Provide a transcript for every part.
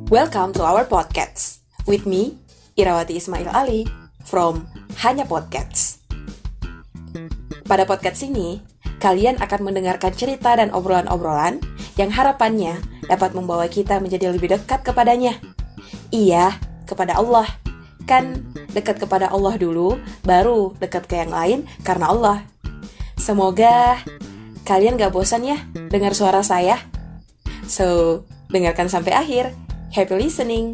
Welcome to our podcast with me, Irawati Ismail Ali from Hanya Podcast. Pada podcast ini, kalian akan mendengarkan cerita dan obrolan-obrolan yang harapannya dapat membawa kita menjadi lebih dekat kepadanya. Iya, kepada Allah. Kan dekat kepada Allah dulu, baru dekat ke yang lain karena Allah. Semoga kalian gak bosan ya dengar suara saya. So, dengarkan sampai akhir. Happy listening!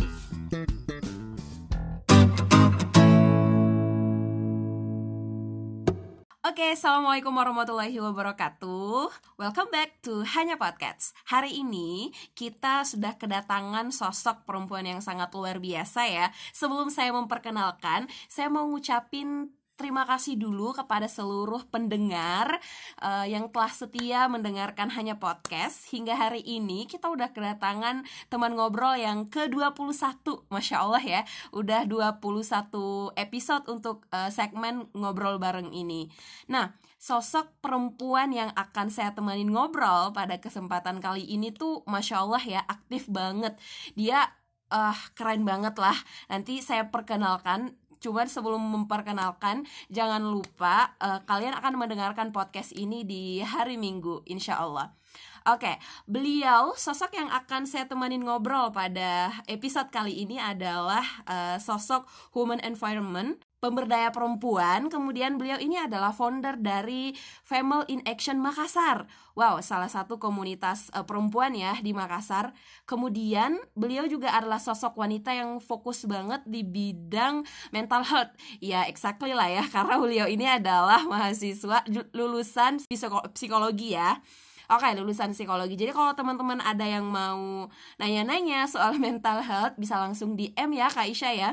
Oke, Assalamualaikum warahmatullahi wabarakatuh. Welcome back to Hanya Podcast. Hari ini kita sudah kedatangan sosok perempuan yang sangat luar biasa ya. Sebelum saya memperkenalkan, saya mau ngucapin terima kasih dulu kepada seluruh pendengar yang telah setia mendengarkan Hanya Podcast. Hingga hari ini kita udah kedatangan teman ngobrol yang ke-21. Masya Allah ya, udah 21 episode untuk segmen ngobrol bareng ini. Nah, sosok perempuan yang akan saya temanin ngobrol pada kesempatan kali ini tuh Masya Allah ya, aktif banget. Dia keren banget lah. Nanti saya perkenalkan. Cuman sebelum memperkenalkan, jangan lupa kalian akan mendengarkan podcast ini di hari Minggu, insya Allah. Oke, beliau sosok yang akan saya temanin ngobrol pada episode kali ini adalah sosok Women Environment, pemberdaya perempuan. Kemudian beliau ini adalah founder dari Female in Action Makassar. Wow, salah satu komunitas perempuan ya di Makassar. Kemudian beliau juga adalah sosok wanita yang fokus banget di bidang mental health. Ya, exactly lah ya, karena beliau ini adalah mahasiswa lulusan psikologi ya. Oke, lulusan psikologi. Jadi kalau teman-teman ada yang mau nanya-nanya soal mental health, bisa langsung DM ya Kak Isya ya.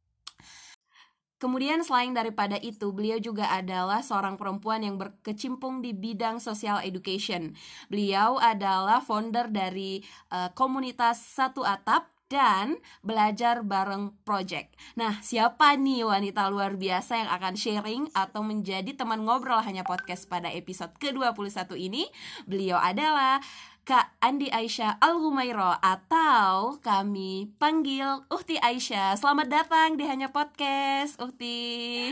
Kemudian selain daripada itu, beliau juga adalah seorang perempuan yang berkecimpung di bidang social education. Beliau adalah founder dari komunitas Satu Atap dan Belajar Bareng Project. Nah, siapa nih wanita luar biasa yang akan sharing atau menjadi teman ngobrol Hanya Podcast pada episode ke-21 ini? Beliau adalah Kak Andi Aisyah Al-Humairo atau kami panggil Ukhti Aisyah. Selamat datang di Hanya Podcast, Ukhti.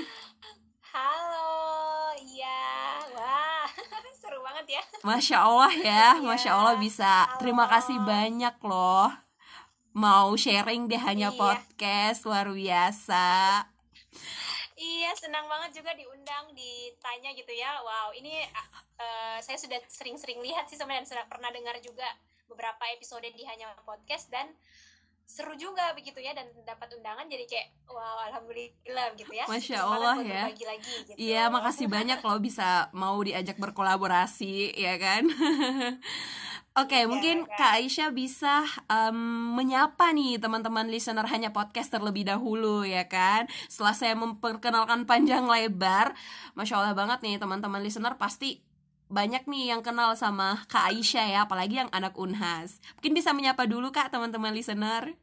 Halo, iya, wah, seru banget ya. Masya Allah ya, Masya Allah bisa. Halo. Terima kasih banyak loh. Mau sharing di Hanya Podcast, luar biasa. Iya, senang banget juga diundang, ditanya gitu ya. Wow, ini saya sudah sering-sering lihat sih sebenarnya, dan sudah pernah dengar juga beberapa episode di Hanya Podcast, dan seru juga begitu ya, dan dapat undangan jadi kayak wow, alhamdulillah gitu ya. Masya Allah ya. Lagi, gitu. Iya, makasih banyak loh bisa mau diajak berkolaborasi ya kan. Oke, mungkin Kak Aisyah bisa menyapa nih teman-teman listener Hanya Podcast terlebih dahulu ya kan. Setelah saya memperkenalkan panjang lebar, Masya Allah banget nih teman-teman listener pasti banyak nih yang kenal sama Kak Aisyah ya, apalagi yang anak Unhas. Mungkin bisa menyapa dulu Kak teman-teman listener.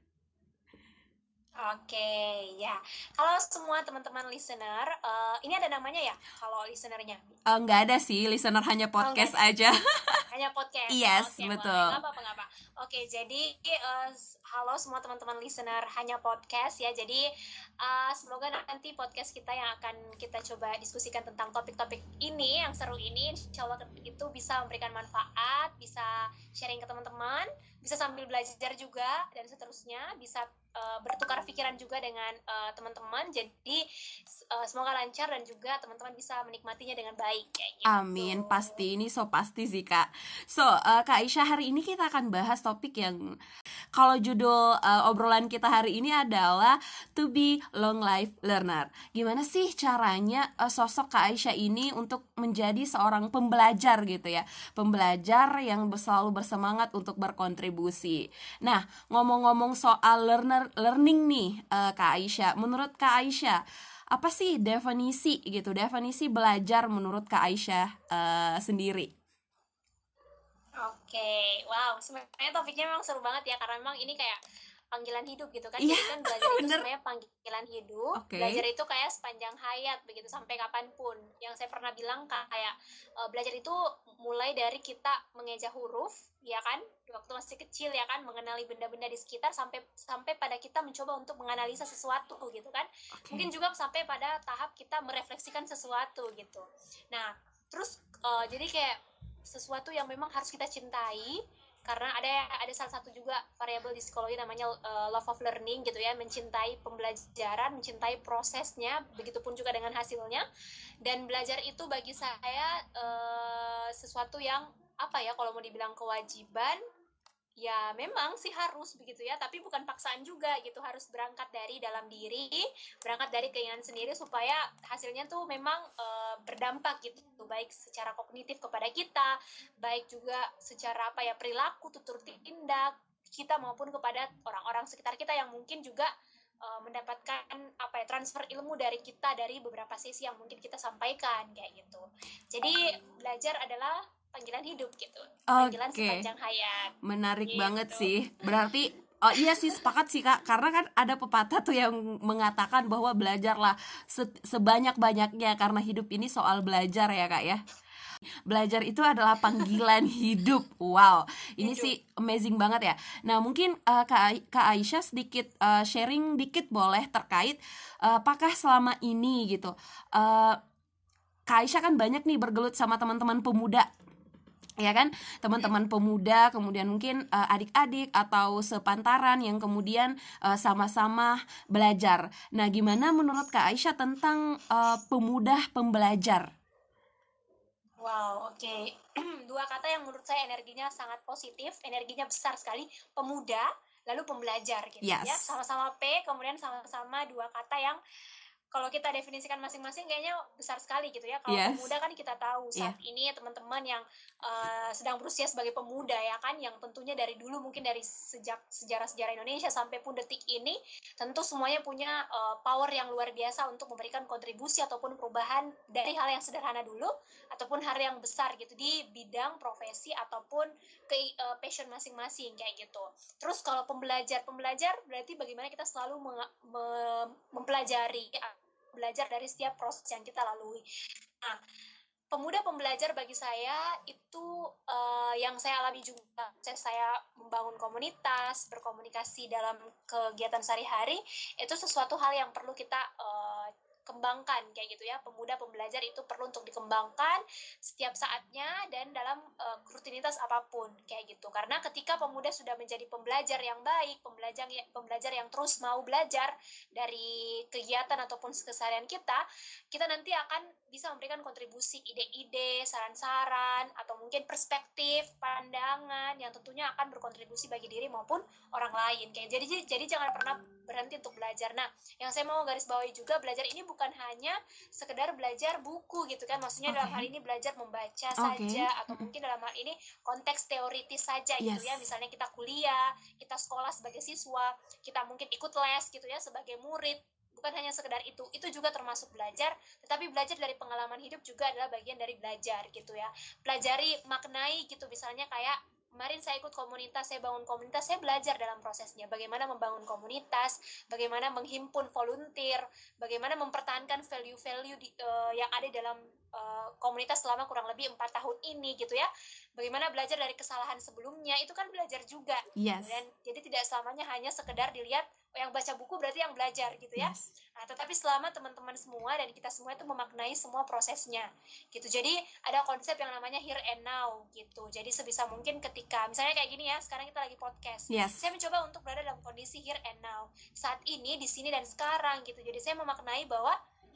Oke, ya. Halo semua teman-teman listener. Ini ada namanya ya kalau listenernya? Nggak ada sih, listener Hanya Podcast aja. Hanya Podcast. Yes, Oke, betul. Nggak apa-apa. Oke, jadi halo semua teman-teman listener Hanya Podcast ya. Jadi semoga nanti podcast kita yang akan kita coba diskusikan tentang topik-topik ini yang seru ini, insya Allah itu bisa memberikan manfaat, bisa sharing ke teman-teman, bisa sambil belajar juga, dan seterusnya bisa bertukar pikiran juga dengan teman-teman. Jadi semoga lancar dan juga teman-teman bisa menikmatinya dengan baik kayak gitu. Amin, pasti, ini pasti sih Kak. So, Kak Aisyah, hari ini kita akan bahas topik yang kalau judul obrolan kita hari ini adalah To Be Long Life Learner. Gimana sih caranya sosok Kak Aisyah ini untuk menjadi seorang pembelajar gitu ya, pembelajar yang selalu bersemangat untuk berkontribusi. Nah, ngomong-ngomong soal learning nih Kak Aisyah, menurut Kak Aisyah apa sih definisi belajar menurut Kak Aisyah sendiri? Oke, wow, sebenarnya topiknya memang seru banget ya, karena memang ini kayak panggilan hidup gitu kan. Iya, Jadi kan belajar itu sebenarnya panggilan hidup. Oke. Belajar itu kayak sepanjang hayat begitu, sampai kapanpun. Yang saya pernah bilang kayak belajar itu mulai dari kita mengeja huruf, ya kan, waktu masih kecil ya kan, mengenali benda-benda di sekitar sampai pada kita mencoba untuk menganalisa sesuatu gitu kan. Mungkin juga sampai pada tahap kita merefleksikan sesuatu gitu. Nah, terus jadi kayak sesuatu yang memang harus kita cintai, karena ada salah satu juga variabel di psikologi namanya love of learning gitu ya, mencintai pembelajaran, mencintai prosesnya, begitupun juga dengan hasilnya. Dan belajar itu bagi saya sesuatu yang apa ya, kalau mau dibilang kewajiban, ya memang sih harus begitu ya, tapi bukan paksaan juga gitu, harus berangkat dari dalam diri, berangkat dari keinginan sendiri supaya hasilnya tuh memang berdampak gitu, baik secara kognitif kepada kita, baik juga secara apa ya, perilaku, tutur tindak kita maupun kepada orang-orang sekitar kita yang mungkin juga mendapatkan apa ya, transfer ilmu dari kita dari beberapa sesi yang mungkin kita sampaikan kayak gitu. Jadi belajar adalah panggilan hidup gitu, panggilan sepanjang hayat. Menarik gitu. banget sih. Berarti iya sih, sepakat sih Kak, karena kan ada pepatah tuh yang mengatakan bahwa belajarlah sebanyak-banyaknya karena hidup ini soal belajar ya Kak ya. Belajar itu adalah panggilan hidup. Wow, ini Hidup. sih amazing banget ya. Nah mungkin Kak Aisyah sedikit sharing dikit boleh terkait apakah selama ini gitu Kak Aisyah kan banyak nih bergelut sama teman-teman pemuda, ya kan, teman-teman pemuda, kemudian mungkin adik-adik atau sepantaran yang kemudian sama-sama belajar. Nah gimana menurut Kak Aisyah tentang pemuda pembelajar? Wow, oke. Dua kata yang menurut saya energinya sangat positif, energinya besar sekali, pemuda, lalu pembelajar gitu ya. Yes. Sama-sama P, kemudian sama-sama dua kata yang kalau kita definisikan masing-masing kayaknya besar sekali gitu ya. Kalau Yes. pemuda kan kita tahu saat ini teman-teman yang sedang berusia sebagai pemuda ya kan, yang tentunya dari dulu mungkin dari sejak sejarah-sejarah Indonesia sampai pun detik ini, tentu semuanya punya power yang luar biasa untuk memberikan kontribusi ataupun perubahan dari hal yang sederhana dulu ataupun hal yang besar gitu di bidang profesi ataupun passion masing-masing kayak gitu. Terus kalau pembelajar berarti bagaimana kita selalu mempelajari, belajar dari setiap proses yang kita lalui. Nah, pemuda pembelajar bagi saya itu yang saya alami juga. Saya membangun komunitas, berkomunikasi dalam kegiatan sehari-hari, itu sesuatu hal yang perlu kita kembangkan kayak gitu ya. Pemuda pembelajar itu perlu untuk dikembangkan setiap saatnya dan dalam rutinitas apapun kayak gitu. Karena ketika pemuda sudah menjadi pembelajar yang baik, pembelajar yang terus mau belajar dari kegiatan ataupun keseharian kita nanti akan bisa memberikan kontribusi ide-ide, saran-saran atau mungkin perspektif, pandangan yang tentunya akan berkontribusi bagi diri maupun orang lain. Kayak jadi jangan pernah berhenti untuk belajar. Nah, yang saya mau garis bawahi juga, belajar ini bukan hanya sekedar belajar buku gitu kan, maksudnya dalam hal ini belajar membaca saja atau mungkin dalam hal ini konteks teoritis saja gitu ya, misalnya kita kuliah, kita sekolah sebagai siswa, kita mungkin ikut les gitu ya sebagai murid, bukan hanya sekedar itu juga termasuk belajar, tetapi belajar dari pengalaman hidup juga adalah bagian dari belajar gitu ya, pelajari, maknai gitu, misalnya kayak kemarin saya ikut komunitas, saya bangun komunitas, saya belajar dalam prosesnya, bagaimana membangun komunitas, bagaimana menghimpun volunteer, bagaimana mempertahankan value-value yang ada dalam komunitas selama kurang lebih 4 tahun ini gitu ya, bagaimana belajar dari kesalahan sebelumnya, itu kan belajar juga. Yes. Dan jadi tidak selamanya hanya sekedar dilihat yang baca buku berarti yang belajar gitu ya. Yes. Nah, tetapi selama teman-teman semua dan kita semua itu memaknai semua prosesnya gitu. Jadi ada konsep yang namanya here and now gitu. Jadi sebisa mungkin ketika misalnya kayak gini ya, sekarang kita lagi podcast. Yes. Saya mencoba untuk berada dalam kondisi here and now. Saat ini, di sini dan sekarang gitu. Jadi saya memaknai bahwa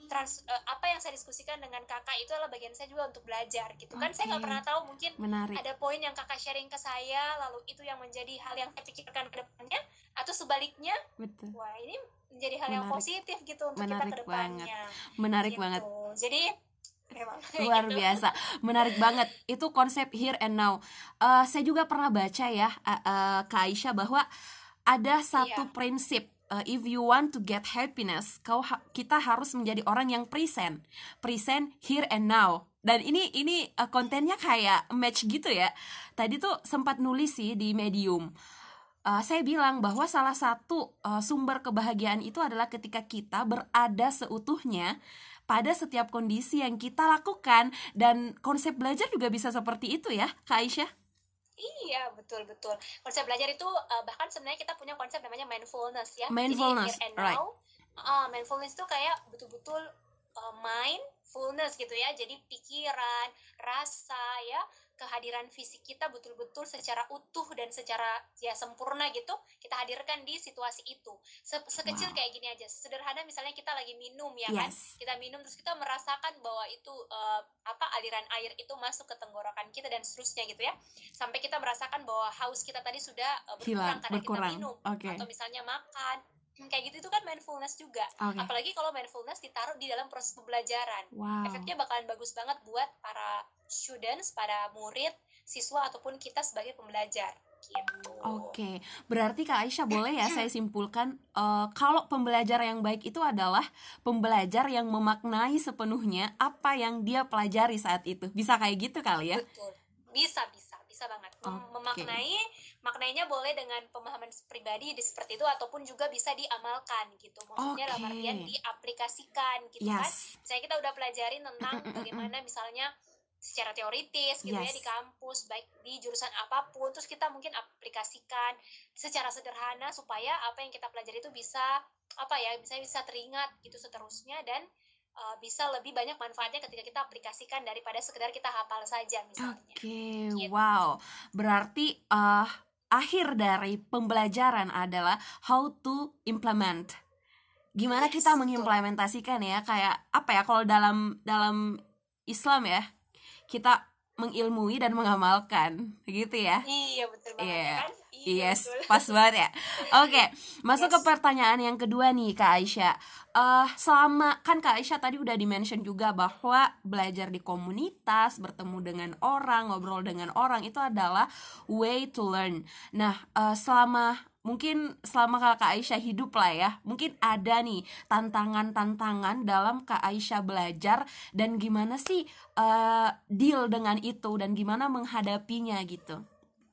apa yang saya diskusikan dengan kakak itu adalah bagian saya juga untuk belajar gitu kan. Saya nggak pernah tahu, mungkin ada poin yang kakak sharing ke saya lalu itu yang menjadi hal yang saya pikirkan ke depannya, atau sebaliknya. Betul. Wah, ini menjadi hal yang positif gitu untuk kita ke depannya. Menarik gitu. banget. Jadi memang luar biasa, menarik banget itu konsep here and now. Saya juga pernah baca ya Kak Aisyah, bahwa ada satu prinsip, if you want to get happiness, kita harus menjadi orang yang present here and now. Dan ini kontennya kayak match gitu ya. Tadi tuh sempat nulis sih di Medium. Saya bilang bahwa salah satu sumber kebahagiaan itu adalah ketika kita berada seutuhnya pada setiap kondisi yang kita lakukan. Dan konsep belajar juga bisa seperti itu ya Kak Aisyah? Iya, betul. Konsep belajar itu bahkan sebenarnya kita punya konsep namanya mindfulness ya. Mindfulness, Jadi here and right. now, mindfulness itu kayak betul-betul mindfulness gitu ya. Jadi pikiran, rasa ya, kehadiran fisik kita betul-betul secara utuh dan secara ya sempurna gitu kita hadirkan di situasi itu. Sekecil kayak gini aja, sederhana misalnya kita lagi minum ya kan, kita minum terus kita merasakan bahwa itu aliran air itu masuk ke tenggorokan kita dan seterusnya gitu ya, sampai kita merasakan bahwa haus kita tadi sudah berkurang karena kita minum. Atau misalnya makan kayak gitu, itu kan mindfulness juga. Apalagi kalau mindfulness ditaruh di dalam proses pembelajaran, efeknya bakalan bagus banget buat para students, para murid, siswa ataupun kita sebagai pembelajar gitu. Oke, berarti Kak Aisyah boleh ya saya simpulkan kalau pembelajar yang baik itu adalah pembelajar yang memaknai sepenuhnya apa yang dia pelajari saat itu. Bisa kayak gitu kali ya? Betul, bisa banget. Maknainya boleh dengan pemahaman pribadi seperti itu, ataupun juga bisa diamalkan gitu. Maksudnya dalam artian diaplikasikan gitu kan. Misalnya kita udah pelajarin tentang bagaimana misalnya secara teoritis gitu ya di kampus, baik di jurusan apapun, terus kita mungkin aplikasikan secara sederhana supaya apa yang kita pelajari itu bisa bisa teringat gitu seterusnya, dan bisa lebih banyak manfaatnya ketika kita aplikasikan daripada sekedar kita hafal saja misalnya. Gitu. Wow, berarti akhir dari pembelajaran adalah how to implement. Gimana kita mengimplementasikan ya, kayak apa ya, kalau dalam Islam ya, kita mengilmui dan mengamalkan, begitu ya? Iya, betul banget kan? Yes, pas banget ya. Oke, masuk ke pertanyaan yang kedua nih Kak Aisyah. Selama kan Kak Aisyah tadi udah di-mention juga bahwa belajar di komunitas, bertemu dengan orang, ngobrol dengan orang itu adalah way to learn. Nah, selama Kak Aisyah hidup lah ya, mungkin ada nih tantangan-tantangan dalam Kak Aisyah belajar, dan gimana sih deal dengan itu dan gimana menghadapinya gitu.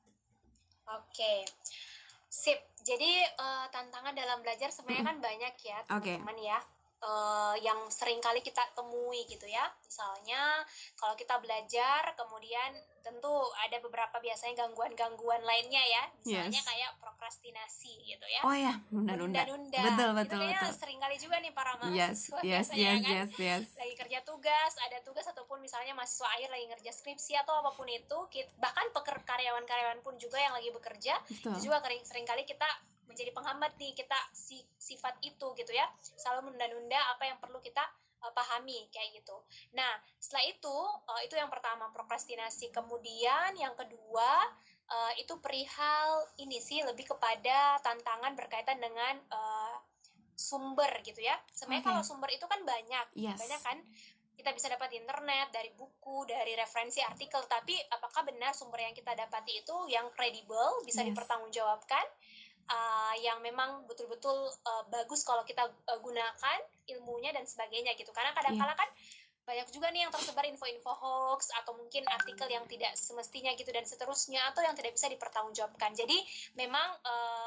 Oke, sip. Jadi tantangan dalam belajar sebenarnya kan banyak ya teman-teman ya, yang sering kali kita temui gitu ya. Misalnya kalau kita belajar, kemudian tentu ada beberapa biasanya gangguan-gangguan lainnya ya. Misalnya kayak prokrastinasi gitu ya. Oh ya, nunda-nunda. Betul. Sering kali juga nih para mahasiswa biasanya kan. Lagi kerja tugas, ada tugas, ataupun misalnya mahasiswa akhir lagi ngerja skripsi atau apapun itu, bahkan karyawan-karyawan pun juga yang lagi bekerja, itu juga sering kali kita menjadi penghambat nih, kita sifat itu gitu ya, selalu menunda-nunda apa yang perlu kita pahami kayak gitu. Nah, setelah itu yang pertama, prokrastinasi. Kemudian yang kedua itu perihal ini sih, lebih kepada tantangan berkaitan dengan sumber gitu ya. Sebenarnya kalau sumber itu kan banyak kan, kita bisa dapat di internet, dari buku, dari referensi artikel, tapi apakah benar sumber yang kita dapati itu yang kredibel, bisa dipertanggungjawabkan, yang memang betul-betul bagus kalau kita gunakan ilmunya dan sebagainya gitu. Karena kadang-kala kan banyak juga nih yang tersebar info-info hoax, atau mungkin artikel yang tidak semestinya gitu dan seterusnya, atau yang tidak bisa dipertanggungjawabkan. Jadi memang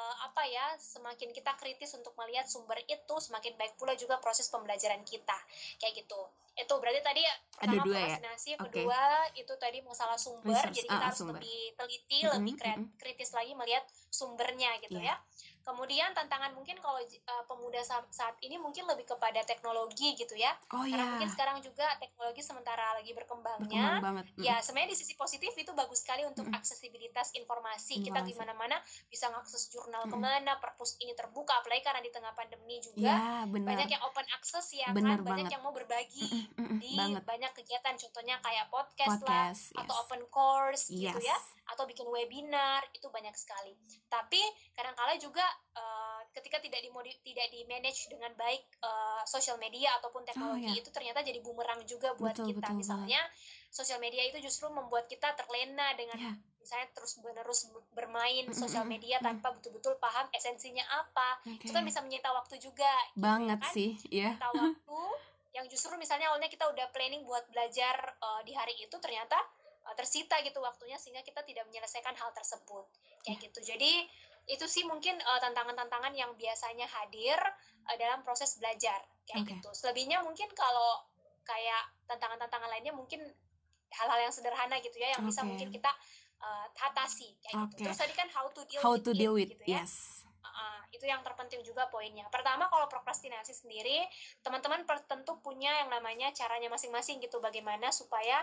semakin kita kritis untuk melihat sumber itu, semakin baik pula juga proses pembelajaran kita kayak gitu. Itu berarti tadi pertama prokrastinasi, kedua itu tadi masalah sumber. Jadi kita harus lebih teliti, lebih kritis lagi melihat sumbernya gitu ya. Kemudian tantangan mungkin kalau pemuda saat ini mungkin lebih kepada teknologi gitu ya. Karena mungkin sekarang juga teknologi sementara lagi berkembangnya. Ya sebenarnya di sisi positif itu bagus sekali untuk aksesibilitas informasi. Kita di mana-mana bisa mengakses jurnal kemana, perpus ini terbuka, apalagi karena di tengah pandemi juga. Banyak yang open access ya kan, banyak yang mau berbagi di banyak kegiatan, contohnya kayak podcast lah, atau open course gitu ya, atau bikin webinar, itu banyak sekali. Tapi kadang-kala juga ketika tidak di manage dengan baik sosial media ataupun teknologi itu ternyata jadi bumerang juga buat kita. Misalnya sosial media itu justru membuat kita terlena dengan misalnya terus-menerus bermain sosial media tanpa betul-betul paham esensinya apa. Itu kan bisa menyita waktu juga banget kan? Sih menyita waktu yang justru misalnya awalnya kita udah planning buat belajar di hari itu, ternyata tersita gitu waktunya, sehingga kita tidak menyelesaikan hal tersebut kayak gitu. Jadi itu sih mungkin tantangan-tantangan yang biasanya hadir dalam proses belajar kayak gitu. Selebihnya mungkin kalau kayak tantangan-tantangan lainnya mungkin hal-hal yang sederhana gitu ya, yang bisa mungkin kita atasi kayak gitu. Terus tadi kan how to deal with gitu ya. Yes. Itu yang terpenting juga poinnya. Pertama, kalau prokrastinasi sendiri, teman-teman tentu punya yang namanya caranya masing-masing gitu, bagaimana supaya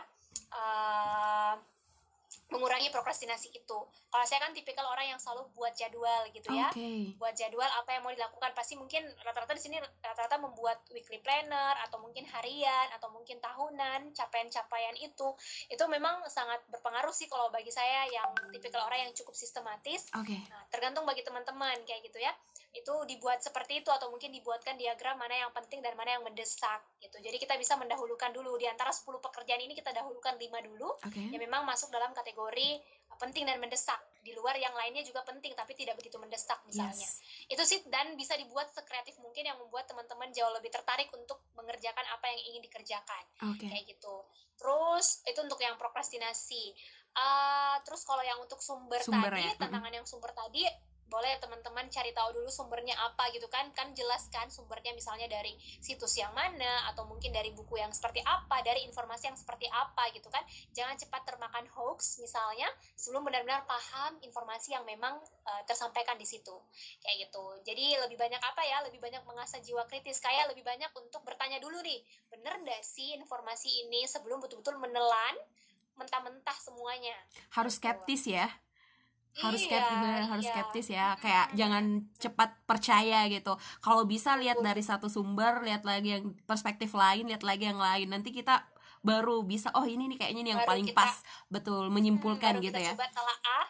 mengurangi prokrastinasi itu. Kalau saya kan tipikal orang yang selalu buat jadwal gitu ya. Buat jadwal apa yang mau dilakukan. Pasti mungkin rata-rata di sini rata-rata membuat weekly planner atau mungkin harian atau mungkin tahunan, capaian-capaian itu memang sangat berpengaruh sih kalau bagi saya yang tipikal orang yang cukup sistematis. Nah, tergantung bagi teman-teman kayak gitu ya. Itu dibuat seperti itu atau mungkin dibuatkan diagram mana yang penting dan mana yang mendesak gitu. Jadi kita bisa mendahulukan dulu di antara 10 pekerjaan ini, kita dahulukan 5 dulu yang memang masuk dalam kategori penting dan mendesak. Di luar yang lainnya juga penting tapi tidak begitu mendesak misalnya. Itu sih, dan bisa dibuat sekreatif mungkin yang membuat teman-teman jauh lebih tertarik untuk mengerjakan apa yang ingin dikerjakan. Kayak gitu. Terus itu untuk yang prokrastinasi. Terus kalau yang untuk sumber tadi, tantangan yang sumber tadi, boleh teman-teman cari tahu dulu sumbernya apa gitu kan jelaskan sumbernya, misalnya dari situs yang mana atau mungkin dari buku yang seperti apa, dari informasi yang seperti apa gitu kan. Jangan cepat termakan hoax misalnya sebelum benar-benar paham informasi yang memang tersampaikan di situ kayak gitu. Jadi lebih banyak lebih banyak mengasah jiwa kritis, kayak lebih banyak untuk bertanya dulu nih, bener nggak sih informasi ini, sebelum betul-betul menelan mentah-mentah semuanya. Harus skeptis ya. Harus skeptis ya, kayak jangan cepat percaya gitu. Kalau bisa lihat dari satu sumber, lihat lagi yang perspektif lain, lihat lagi yang lain, nanti kita baru bisa ini nih kayaknya nih yang paling pas, betul, menyimpulkan gitu ya. Coba telaah.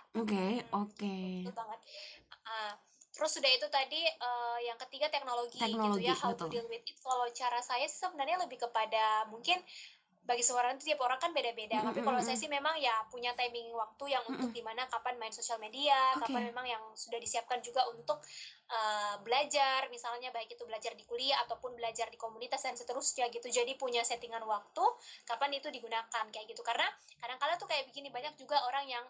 Oke. Betul banget. Terus sudah itu tadi yang ketiga teknologi gitu ya, how to deal with it. Kalau cara saya sih sebenarnya lebih kepada mungkin bagi seorang itu tiap orang kan beda-beda. Tapi kalau saya sih memang ya punya timing waktu yang untuk dimana kapan main sosial media, kapan memang yang sudah disiapkan juga untuk belajar, misalnya baik itu belajar di kuliah ataupun belajar di komunitas dan seterusnya gitu. Jadi punya settingan waktu kapan itu digunakan kayak gitu. Karena kadang-kadang tuh kayak begini, banyak juga orang yang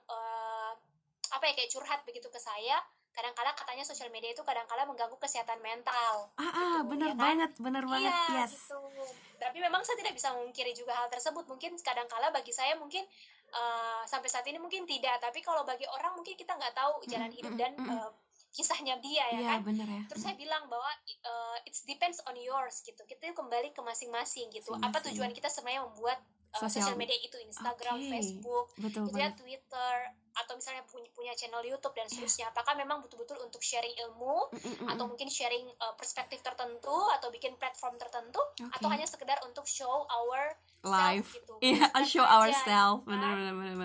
kayak curhat begitu ke saya. Kadang-kadang katanya sosial media itu kadang-kadang mengganggu kesehatan mental. Benar banget. Yes. Gitu. Tapi memang saya tidak bisa memungkiri juga hal tersebut. Mungkin kadang-kala bagi saya mungkin sampai saat ini mungkin tidak. Tapi kalau bagi orang mungkin kita nggak tahu jalan hidup dan kisahnya dia ya kan. Bener ya. Terus saya bilang bahwa it depends on yours gitu. Kita kembali ke masing-masing gitu. Apa tujuan kita sebenarnya membuat sosial media itu, Instagram, Facebook, gitu ya, Twitter, atau misalnya punya channel YouTube dan seterusnya. Apakah memang betul-betul untuk sharing ilmu atau mungkin sharing perspektif tertentu atau bikin platform tertentu, atau hanya sekedar untuk show our life gitu. Show ourselves. Benar.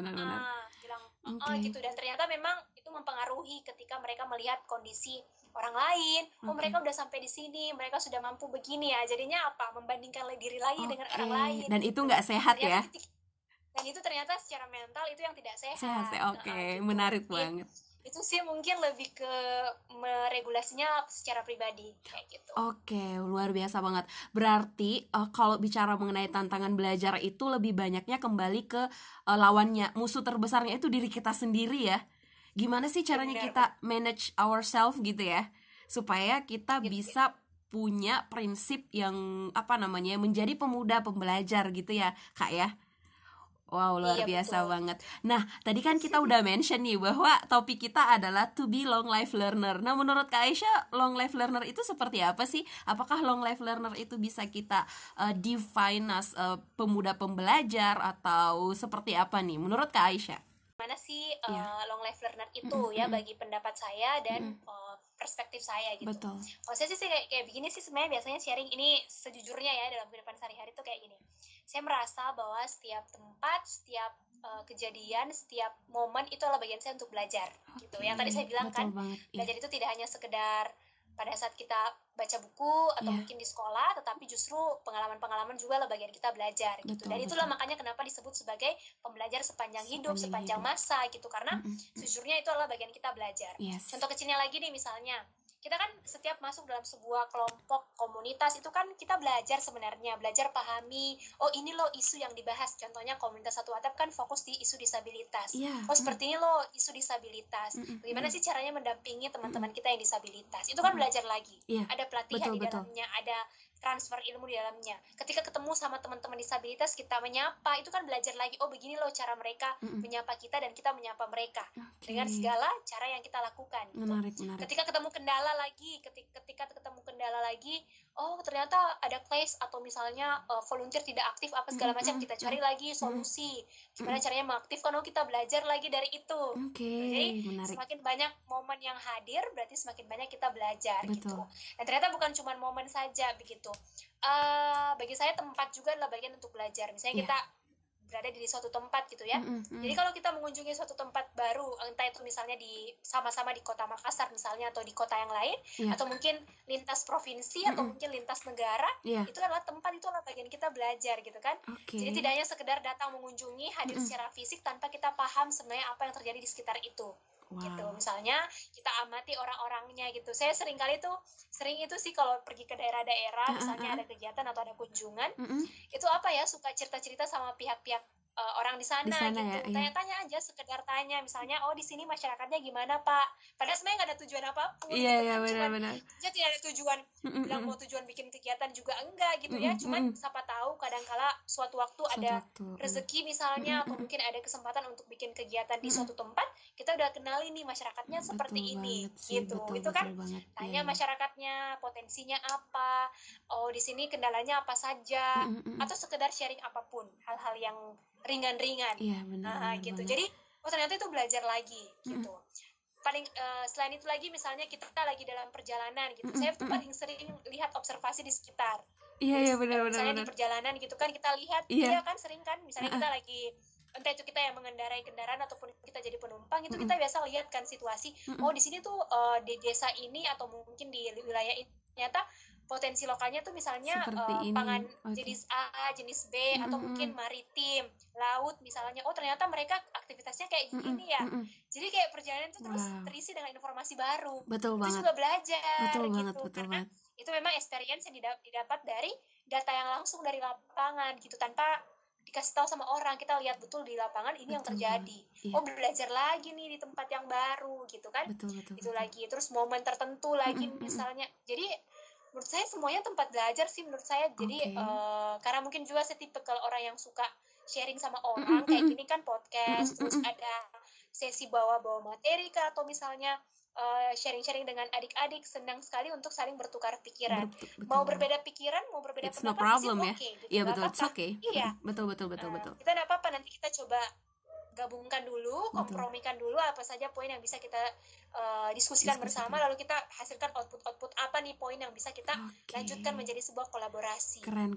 Gitu, dan ternyata memang itu mempengaruhi ketika mereka melihat kondisi orang lain. Mereka udah sampai di sini, mereka sudah mampu begini ya. Jadinya membandingkan diri lagi dengan orang lain. Dan itu nggak sehat ya. Dan itu ternyata secara mental itu yang tidak sehat. Gitu. Menarik banget. Itu sih mungkin lebih ke meregulasinya secara pribadi kayak gitu. Luar biasa banget. Berarti kalau bicara mengenai tantangan belajar itu lebih banyaknya kembali ke lawannya, musuh terbesarnya itu diri kita sendiri ya. Gimana sih caranya kita manage ourselves gitu ya, supaya kita bisa punya prinsip yang menjadi pemuda pembelajar gitu ya Kak ya. Wow, luar biasa banget. Nah, tadi kan kita udah mention nih bahwa topik kita adalah to be long life learner. Nah, menurut Kak Aisyah, long life learner itu seperti apa sih? Apakah long life learner itu bisa kita define as pemuda pembelajar atau seperti apa nih menurut Kak Aisyah? Mana sih long life learner itu ya bagi pendapat saya dan perspektif saya gitu. Betul. Kalau saya sih kayak begini sih, sebenarnya biasanya sharing ini sejujurnya ya dalam kehidupan sehari-hari tuh kayak gini. Saya merasa bahwa setiap tempat, setiap kejadian, setiap momen itu adalah bagian saya untuk belajar gitu. Yang tadi saya bilang kan, belajar itu tidak hanya sekedar pada saat kita baca buku atau mungkin di sekolah, tetapi justru pengalaman-pengalaman juga adalah bagian kita belajar gitu. Dan itulah makanya kenapa disebut sebagai pembelajar sepanjang hidup, sepanjang masa gitu, karena sejujurnya itu adalah bagian kita belajar. Contoh kecilnya lagi nih, misalnya kita kan setiap masuk dalam sebuah kelompok komunitas itu kan kita belajar sebenarnya, belajar pahami, ini loh isu yang dibahas. Contohnya komunitas Satu Atap kan fokus di isu disabilitas. Seperti ini loh isu disabilitas. Bagaimana sih caranya mendampingi teman-teman kita yang disabilitas? Itu kan belajar lagi. Ada pelatihan di dalamnya, ada transfer ilmu di dalamnya. Ketika ketemu sama teman-teman disabilitas, kita menyapa, itu kan belajar lagi, oh begini loh cara mereka menyapa kita dan kita menyapa mereka dengan segala cara yang kita lakukan. Menarik. Ketika ketemu kendala lagi, oh ternyata ada clash atau misalnya volunteer tidak aktif apa segala macam, kita cari lagi solusi gimana caranya mengaktifkan, kita belajar lagi dari itu. Jadi menarik. Semakin banyak momen yang hadir, berarti semakin banyak kita belajar. Gitu. Dan ternyata bukan cuma momen saja begitu. Bagi saya tempat juga adalah bagian untuk belajar. Misalnya kita berada di suatu tempat gitu ya. Jadi kalau kita mengunjungi suatu tempat baru, entah itu misalnya sama-sama di kota Makassar misalnya, atau di kota yang lain, atau mungkin lintas provinsi atau mungkin lintas negara, itu adalah tempat, itu adalah bagian kita belajar gitu kan. Jadi tidak hanya sekedar datang mengunjungi, hadir secara fisik tanpa kita paham sebenarnya apa yang terjadi di sekitar itu. Gitu. Misalnya kita amati orang-orangnya gitu. Saya sering itu sih kalau pergi ke daerah-daerah, misalnya ada kegiatan atau ada kunjungan, itu suka cerita-cerita sama pihak-pihak orang di sana gitu. Tanya-tanya aja, sekedar tanya misalnya, di sini masyarakatnya gimana Pak? Padahal sebenarnya nggak ada tujuan apapun. Benar. Jadi tidak ada tujuan bilang mau tujuan bikin kegiatan juga enggak gitu ya. Cuman siapa tahu kadangkala suatu waktu ada rezeki misalnya, atau mungkin ada kesempatan untuk bikin kegiatan di suatu tempat, kita udah kenali nih masyarakatnya seperti ini gitu. Itu kan tanya masyarakatnya potensinya apa, di sini kendalanya apa saja, atau sekedar sharing apapun, hal-hal yang ringan-ringan. Gitu. Banget. Jadi ternyata itu belajar lagi gitu. Paling selain itu lagi, misalnya kita di dalam perjalanan gitu, saya tuh paling sering lihat observasi di sekitar. Benar. Misalnya di perjalanan gitu kan kita lihat, kan sering kan, misalnya kita lagi, entah itu kita yang mengendarai kendaraan ataupun kita jadi penumpang, itu kita biasa lihat kan situasi, di sini tuh di desa ini atau mungkin di wilayah ini ternyata potensi lokalnya tuh misalnya pangan jenis A, jenis B, atau mungkin maritim, laut misalnya. Ternyata mereka aktivitasnya kayak gini ya. Jadi kayak perjalanan itu terus terisi dengan informasi baru. Betul itu banget. juga belajar. Betul gitu. banget. Karena itu memang experience yang didapat dari data yang langsung dari lapangan gitu, tanpa dikasih tahu sama orang. Kita lihat betul di lapangan ini yang terjadi. Belajar lagi nih di tempat yang baru gitu kan. Itu lagi. Terus momen tertentu lagi misalnya. Jadi menurut saya semuanya tempat belajar sih menurut saya. Jadi karena mungkin juga saya tipe kalau orang yang suka sharing sama orang, kayak gini kan podcast, terus ada sesi bawa-bawa materi kah, atau misalnya sharing-sharing dengan adik-adik, senang sekali untuk saling bertukar pikiran. Mau berbeda pikiran, mau berbeda it's pendapat, no problem ya. Gitu. Iya betul, it's okay. Iya. Betul. Kita enggak apa-apa, nanti kita coba gabungkan dulu, kompromikan dulu apa saja poin yang bisa kita diskusikan bersama, lalu kita hasilkan output apa nih poin yang bisa kita lanjutkan menjadi sebuah kolaborasi. Keren.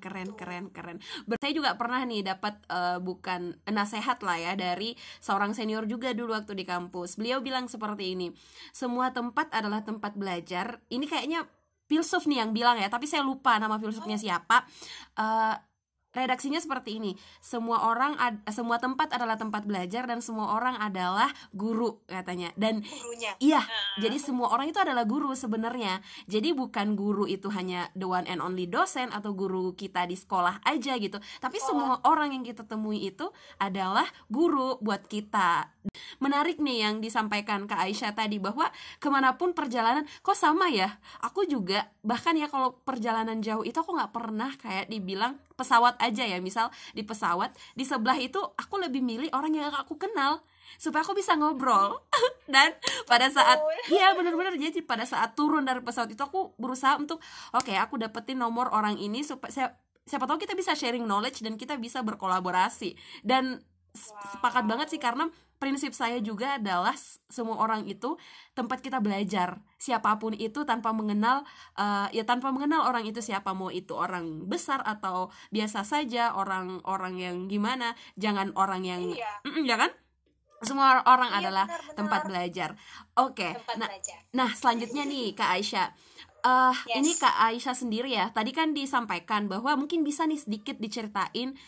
Saya juga pernah nih dapat bukan nasihat lah ya, dari seorang senior juga dulu waktu di kampus. Beliau bilang seperti ini, semua tempat adalah tempat belajar. Ini kayaknya filsuf nih yang bilang ya, tapi saya lupa nama filsufnya siapa. Redaksinya seperti ini, semua tempat adalah tempat belajar dan semua orang adalah guru, katanya. Dan gurunya. Iya, jadi semua orang itu adalah guru sebenarnya. Jadi bukan guru itu hanya the one and only dosen atau guru kita di sekolah aja gitu. Tapi semua orang yang kita temui itu adalah guru buat kita. Menarik nih yang disampaikan Kak Aisyah tadi, bahwa kemanapun perjalanan, kok sama ya, aku juga, bahkan ya kalau perjalanan jauh itu aku gak pernah kayak dibilang pesawat aja ya, misal di pesawat, di sebelah itu aku lebih milih orang yang aku kenal supaya aku bisa ngobrol. Dan pada saat benar-benar, jadi pada saat turun dari pesawat itu aku berusaha untuk aku dapetin nomor orang ini supaya siapa tahu kita bisa sharing knowledge dan kita bisa berkolaborasi. Dan sepakat banget sih, karena prinsip saya juga adalah semua orang itu tempat kita belajar, siapapun itu, tanpa mengenal orang itu siapa, mau itu orang besar atau biasa saja, orang yang gimana, jangan orang yang ya kan, semua orang adalah benar. tempat belajar. Belajar. Nah selanjutnya nih Kak Aisyah, ini Kak Aisyah sendiri ya, tadi kan disampaikan bahwa mungkin bisa nih sedikit diceritain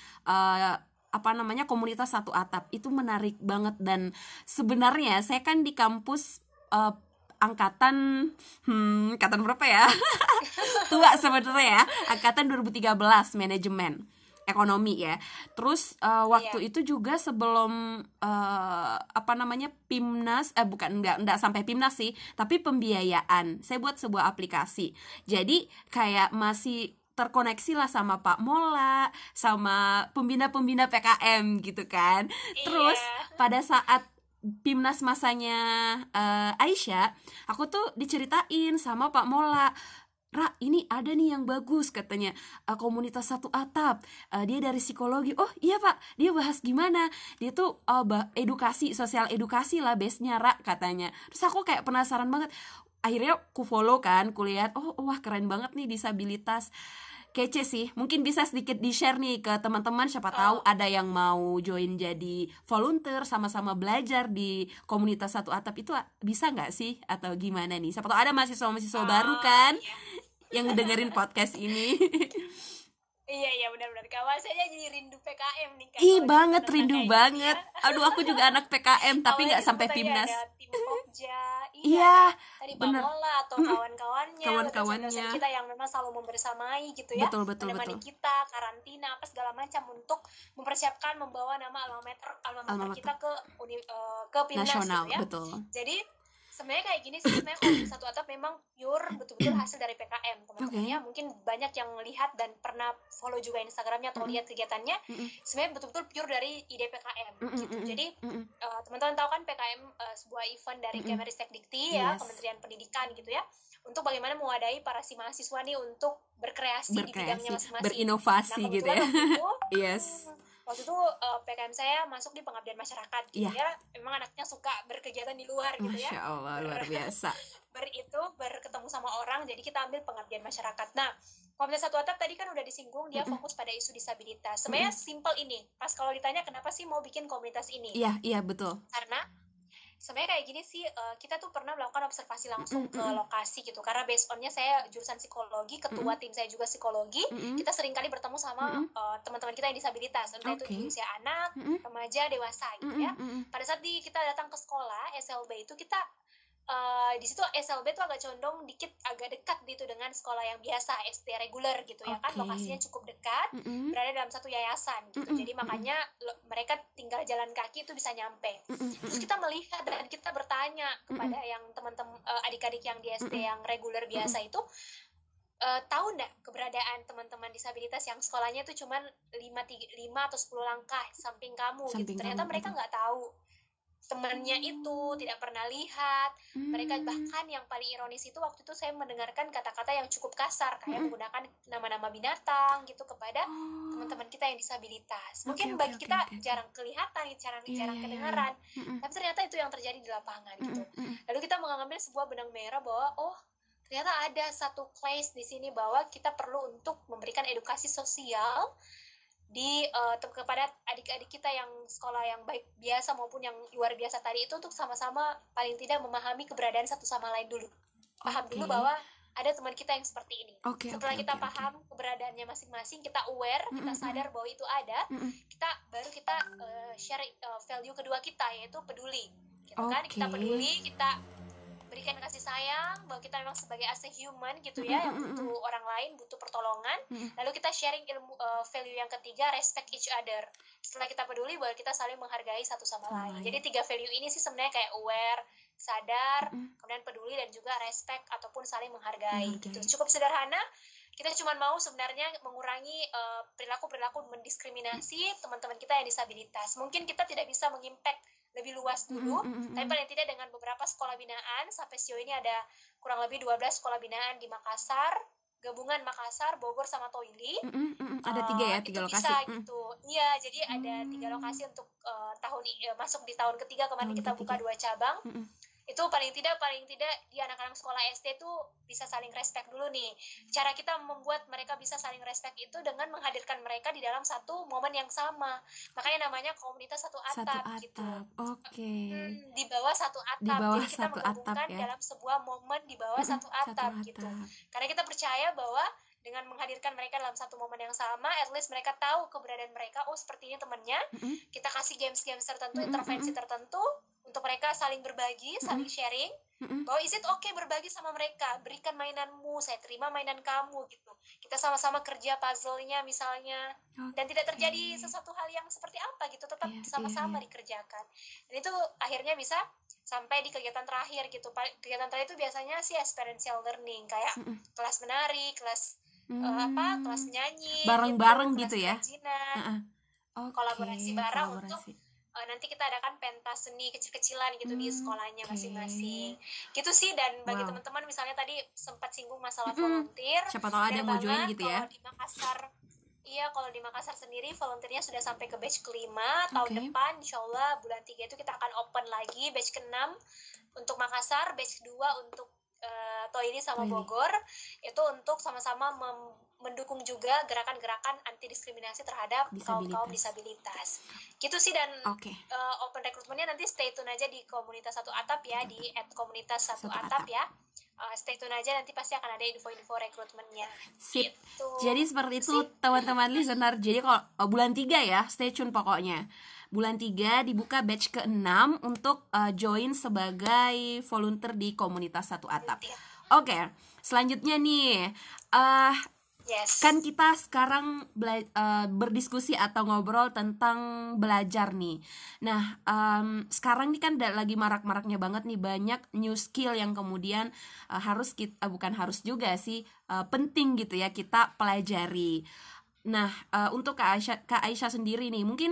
komunitas satu atap. Itu menarik banget. Dan sebenarnya saya kan di kampus angkatan berapa ya? Tua sebenarnya ya, angkatan 2013 manajemen. ekonomi ya. Terus waktu itu juga sebelum PIMNAS, bukan, enggak sampai PIMNAS sih, tapi pembiayaan. Saya buat sebuah aplikasi. Jadi kayak masih terkoneksi lah sama Pak Mola, sama pembina-pembina PKM gitu kan. Terus pada saat PIMNAS masanya Aisyah, aku tuh diceritain sama Pak Mola, Ra, ini ada nih yang bagus katanya, komunitas satu atap, dia dari psikologi. Oh iya Pak, dia bahas gimana? Dia tuh edukasi, sosial edukasi lah base-nya Ra katanya. Terus aku kayak penasaran banget. Akhirnya ku follow kan, ku lihat, oh wah keren banget nih disabilitas. Kece sih, mungkin bisa sedikit di-share nih ke teman-teman, siapa tahu ada yang mau join jadi volunteer, sama-sama belajar di komunitas satu atap itu, bisa nggak sih? Atau gimana nih? Siapa tahu ada mahasiswa-mahasiswa baru kan yang dengerin podcast ini. Iya benar-benar, kawan saya jadi rindu PKM nih kan. Ih banget, rindu banget. Aduh, aku juga anak PKM tapi nggak sampai PIMNAS. Ada tim Pokja, iya tadi Pak Mola atau kawan-kawannya kita yang memang selalu membersamai gitu ya, menemani kita karantina apa segala macam untuk mempersiapkan membawa nama alma mater kita ke PIMNAS nasional, gitu ya. Betul. Jadi sebenarnya kayak gini sih, sebenarnya komunitas satu atap memang pure betul-betul hasil dari PKM teman-temannya. Mungkin banyak yang lihat dan pernah follow juga Instagramnya atau lihat kegiatannya, sebenarnya betul-betul pure dari ide PKM gitu. Jadi teman-teman tahu kan PKM sebuah event dari Kemenristek-Dikti ya, Kementerian Pendidikan gitu ya, untuk bagaimana mewadahi para si mahasiswa nih untuk berkreasi di bidangnya masing-masing, berinovasi gitu ya. Waktu itu PKM saya masuk di pengabdian masyarakat gitu ya. Memang anaknya suka berkegiatan di luar gitu ya. Masya Allah, luar biasa. Berketemu sama orang, jadi kita ambil pengabdian masyarakat. Nah, komunitas satu atap tadi kan udah disinggung, dia fokus pada isu disabilitas. Sebenarnya simple ini. Pas kalau ditanya kenapa sih mau bikin komunitas ini? Iya betul. Karena sebenarnya kayak gini sih, kita tuh pernah melakukan observasi langsung ke lokasi gitu, karena based on-nya saya jurusan psikologi, ketua tim saya juga psikologi, kita seringkali bertemu sama teman-teman kita yang disabilitas, entah itu di usia anak, remaja, dewasa gitu ya. Pada saat kita datang ke sekolah SLB itu, kita di situ SLB tuh agak condong dikit, agak dekat gitu dengan sekolah yang biasa SD reguler gitu ya kan, lokasinya cukup dekat, berada dalam satu yayasan gitu, jadi makanya mereka tinggal jalan kaki itu bisa nyampe. Terus kita melihat dan kita bertanya kepada yang teman-teman adik-adik yang di SD yang reguler biasa itu, tahu nggak keberadaan teman-teman disabilitas yang sekolahnya itu cuma 5 atau 10 langkah samping kamu gitu. Ternyata mereka nggak tahu temannya itu, tidak pernah lihat. Mereka bahkan yang paling ironis itu, waktu itu saya mendengarkan kata-kata yang cukup kasar, kayak menggunakan nama-nama binatang gitu kepada teman-teman kita yang disabilitas. Mungkin bagi kita jarang kelihatan, jarang kedengaran, tapi ternyata itu yang terjadi di lapangan gitu. Lalu kita mengambil sebuah benang merah bahwa ternyata ada satu place di sini bahwa kita perlu untuk memberikan edukasi sosial kepada adik-adik kita yang sekolah yang baik biasa maupun yang luar biasa tadi itu, untuk sama-sama paling tidak memahami keberadaan satu sama lain dulu. Paham dulu bahwa ada teman kita yang seperti ini. Setelah kita paham keberadaannya masing-masing, kita aware, kita sadar bahwa itu ada, kita share value kedua kita, yaitu peduli. Gitu kan? Kita peduli, kita berikan kasih sayang, bahwa kita memang sebagai as a human gitu ya, yang butuh orang lain, butuh pertolongan. Lalu kita sharing ilmu, value yang ketiga, respect each other. Setelah kita peduli, bahwa kita saling menghargai satu sama lain. Jadi 3 value ini sih sebenarnya kayak aware, sadar, kemudian peduli, dan juga respect ataupun saling menghargai gitu. Cukup sederhana. Kita cuma mau sebenarnya mengurangi perilaku-perilaku mendiskriminasi teman-teman kita yang disabilitas. Mungkin kita tidak bisa mengimpact lebih luas dulu, tapi paling tidak dengan beberapa sekolah binaan, sampai sejauh ini ada kurang lebih 12 sekolah binaan di Makassar, gabungan Makassar, Bogor, sama Toili. Ada 3 lokasi. Bisa gitu. Iya, jadi ada 3 lokasi untuk masuk di tahun ketiga kemarin kita buka 2 cabang. Itu paling tidak di anak-anak sekolah SD itu bisa saling respect dulu nih. Cara kita membuat mereka bisa saling respect itu dengan menghadirkan mereka di dalam satu momen yang sama. Makanya namanya komunitas satu atap gitu. Di bawah satu atap. Jadi kita menggabungkan dalam sebuah momen di bawah satu atap gitu. Karena kita percaya bahwa dengan menghadirkan mereka dalam satu momen yang sama, at least mereka tahu keberadaan mereka. Oh, sepertinya temannya. Kita kasih games-games tertentu, intervensi tertentu untuk mereka saling berbagi, saling sharing, bahwa is it okay berbagi sama mereka, berikan mainanmu, saya terima mainan kamu gitu, kita sama-sama kerja puzzle-nya misalnya, dan tidak terjadi sesuatu hal yang seperti apa gitu, tetap sama-sama dikerjakan, dan itu akhirnya bisa sampai di kegiatan terakhir gitu. Kegiatan terakhir itu biasanya sih experiential learning, kayak kelas menari, kelas kelas nyanyi bareng-bareng gitu ya, kolaborasi bareng untuk nanti kita adakan pentas seni kecil-kecilan gitu di sekolahnya masing-masing gitu sih. Dan bagi teman-teman misalnya tadi sempat singgung masalah volunteer, siapa tahu ada yang mau join gitu ya. Kalau di Makassar sendiri volunteernya sudah sampai ke batch kelima. Tahun depan insyaallah bulan 3 itu kita akan open lagi batch ke-6 untuk Makassar, batch 2 untuk Toiri sama Bogor, itu untuk sama-sama mendukung juga gerakan-gerakan anti diskriminasi terhadap kaum disabilitas. Gitu sih. Dan open recruitment-nya nanti stay tune aja di komunitas Satu Atap ya, di @komunitas Satu Atap ya. Stay tune aja, nanti pasti akan ada info-info rekrutmennya. Sip. Gitu. Jadi seperti itu teman-teman listener. Jadi kalau bulan 3 ya, stay tune pokoknya. Bulan 3 dibuka batch ke-6 untuk join sebagai volunteer di komunitas Satu Atap. Oke, selanjutnya nih, kan kita sekarang berdiskusi atau ngobrol tentang belajar nih. Nah, sekarang nih kan lagi marak-maraknya banget nih, banyak new skill yang kemudian harus kita, bukan harus juga sih, penting gitu ya kita pelajari. Nah, untuk Kak Aisyah sendiri nih, mungkin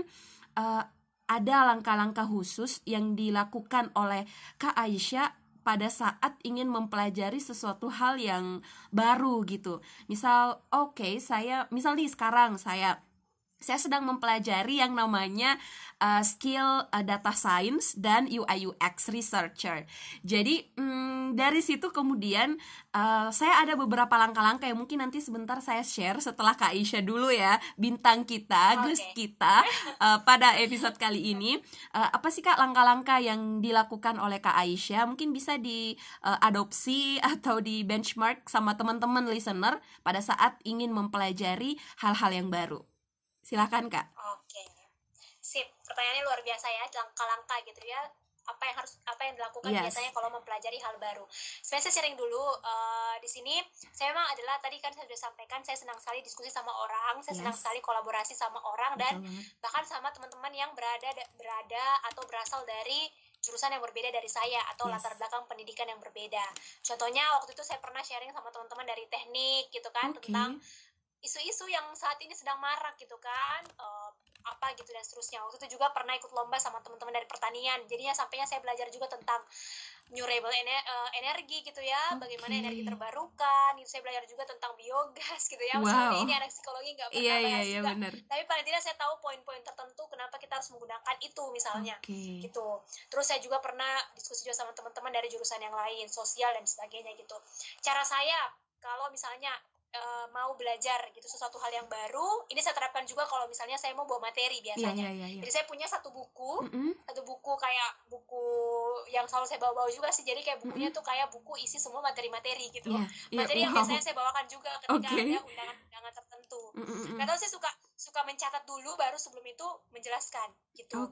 ada langkah-langkah khusus yang dilakukan oleh Kak Aisyah pada saat ingin mempelajari sesuatu hal yang baru gitu. Misal, misal nih sekarang saya sedang mempelajari yang namanya skill data science dan UI UX researcher. Jadi dari situ kemudian saya ada beberapa langkah-langkah yang mungkin nanti sebentar saya share setelah Kak Aisyah dulu ya, bintang kita, guest kita pada episode kali ini. Apa sih Kak langkah-langkah yang dilakukan oleh Kak Aisyah? Mungkin bisa diadopsi atau di benchmark sama teman-teman listener pada saat ingin mempelajari hal-hal yang baru. Silakan Kak. Sip. Pertanyaannya luar biasa ya, langkah-langkah gitu ya. Apa yang dilakukan biasanya kalau mempelajari hal baru. Sebenarnya saya sharing dulu di sini. Saya memang adalah, tadi kan saya sudah sampaikan, saya senang sekali diskusi sama orang, saya senang sekali kolaborasi sama orang, dan bahkan sama teman-teman yang berada atau berasal dari jurusan yang berbeda dari saya atau latar belakang pendidikan yang berbeda. Contohnya waktu itu saya pernah sharing sama teman-teman dari teknik gitu kan, tentang isu-isu yang saat ini sedang marak gitu kan, apa gitu dan seterusnya. Waktu itu juga pernah ikut lomba sama teman-teman dari pertanian, jadinya sampainya saya belajar juga tentang renewable energi gitu ya, bagaimana energi terbarukan itu. Saya belajar juga tentang biogas gitu ya. Maksudnya ini anak psikologi nggak pernah bahas juga, tapi paling tidak saya tahu poin-poin tertentu kenapa kita harus menggunakan itu misalnya gitu. Terus saya juga pernah diskusi juga sama teman-teman dari jurusan yang lain, sosial dan sebagainya gitu. Cara saya kalau misalnya mau belajar gitu sesuatu hal yang baru, ini saya terapkan juga kalau misalnya saya mau bawa materi biasanya. Jadi saya punya satu buku kayak buku yang selalu saya bawa-bawa juga sih. Jadi kayak bukunya tuh kayak buku isi semua materi-materi gitu. Materi yang biasanya saya bawakan juga ketika ada undangan-undangan tertentu. Karena saya suka mencatat dulu baru sebelum itu menjelaskan gitu.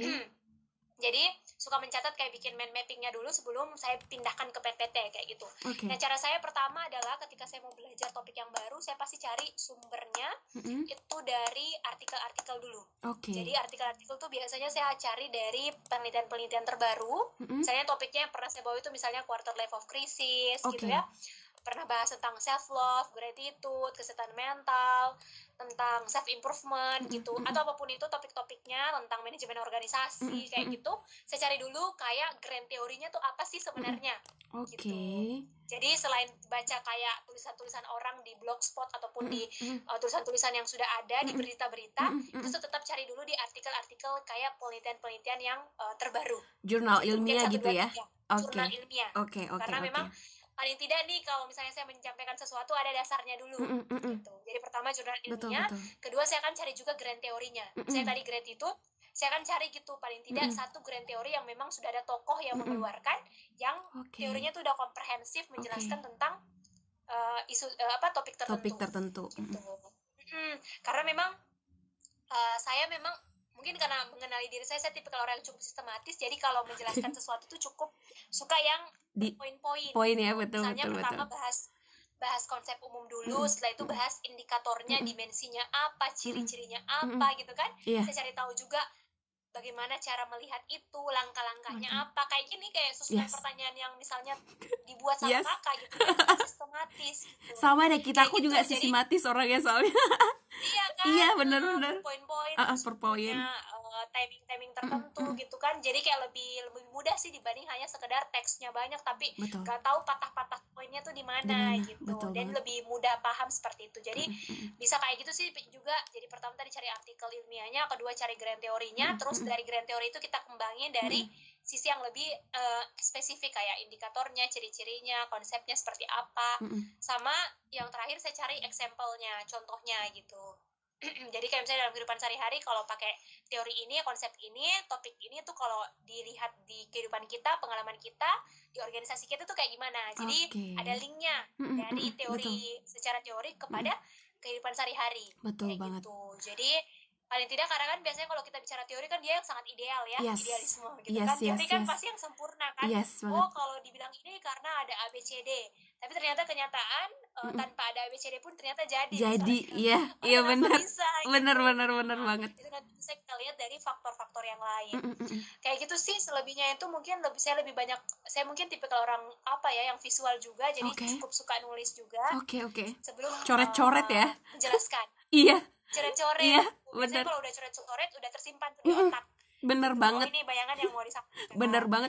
Jadi suka mencatat, kayak bikin mind mappingnya dulu sebelum saya pindahkan ke PPT kayak gitu. Nah, cara saya pertama adalah ketika saya mau belajar topik yang baru, saya pasti cari sumbernya itu dari artikel-artikel dulu. Jadi artikel-artikel itu biasanya saya cari dari penelitian-penelitian terbaru. Misalnya topiknya yang pernah saya bawa itu misalnya quarter life of crisis gitu ya. Pernah bahas tentang self love, gratitude, kesehatan mental, tentang self improvement gitu, atau apapun itu topik-topiknya tentang manajemen organisasi kayak gitu. Saya cari dulu kayak grand teorinya tuh apa sih sebenarnya gitu. Jadi selain baca kayak tulisan-tulisan orang di blogspot ataupun di tulisan-tulisan yang sudah ada di berita-berita, itu tetap cari dulu di artikel-artikel kayak penelitian-penelitian yang terbaru, jurnal ilmiah gitu ya. Jurnal ilmiah. Karena memang paling tidak nih kalau misalnya saya menyampaikan sesuatu ada dasarnya dulu gitu. Jadi pertama jurnal ilmiah, kedua saya akan cari juga grand teorinya. Saya tadi grand itu saya akan cari gitu paling tidak satu grand teori yang memang sudah ada tokoh yang mengeluarkan, yang teorinya tuh udah komprehensif menjelaskan tentang isu topik tertentu. Gitu. Karena memang saya memang mungkin karena mengenali diri saya tipikal orang yang cukup sistematis, jadi kalau menjelaskan sesuatu tuh cukup suka yang Di poin-poin poin ya, gitu. betul Misalnya betul pertama betul. bahas konsep umum dulu, setelah itu bahas indikatornya, dimensinya apa, ciri-cirinya apa gitu kan. Iya. Saya cari tahu juga bagaimana cara melihat itu, langkah-langkahnya apa, kayak gini, kayak susunan Yes. pertanyaan yang misalnya dibuat sama Yes. kakak gitu, itu sistematis gitu. Sama deh, kita, Kayak aku gitu, juga jadi sistematis orangnya soalnya. iya kan, Iya, bener-bener. poin-poin, Per poin. punya timing tertentu gitu kan, jadi kayak lebih mudah sih dibanding hanya sekedar teksnya banyak tapi Betul. nggak tahu patah-patah poinnya tuh di mana gitu. Betul Dan banget. lebih mudah paham seperti itu. Jadi bisa kayak gitu sih juga. Jadi pertama tadi cari artikel ilmiahnya, kedua cari grand teorinya, terus dari grand teori itu kita kembangin dari sisi yang lebih spesifik kayak indikatornya, ciri-cirinya, konsepnya seperti apa, sama yang terakhir saya cari example-nya, contohnya gitu. Jadi kayak misalnya dalam kehidupan sehari-hari kalau pakai teori ini, konsep ini, topik ini tuh kalau dilihat di kehidupan kita, pengalaman kita, di organisasi kita tuh kayak gimana. Jadi ada linknya dari teori, secara teori kepada kehidupan sehari-hari. Betul kayak banget. gitu. Jadi paling tidak, karena kan biasanya kalau kita bicara teori kan dia yang sangat ideal ya, idealisme gitu kan. Teori kan pasti yang sempurna kan. Oh kalau dibilang ini karena ada ABCD, tapi ternyata kenyataan tanpa ada ABCD pun ternyata jadi. Iya benar. Bisa, benar gitu. banget. Itu nanti bisa kita lihat dari faktor-faktor yang lain. Kayak gitu sih. Selebihnya itu mungkin saya lebih banyak, saya mungkin tipikal orang apa ya, yang visual juga, jadi cukup suka nulis juga. Sebelum coret-coret ya, menjelaskan. Iya. Coret-coret. Iya, biasanya kalau udah coret-coret udah tersimpan tuh di otak. Bener gitu. banget. Ini bayangan yang mau disampaikan. Bener banget.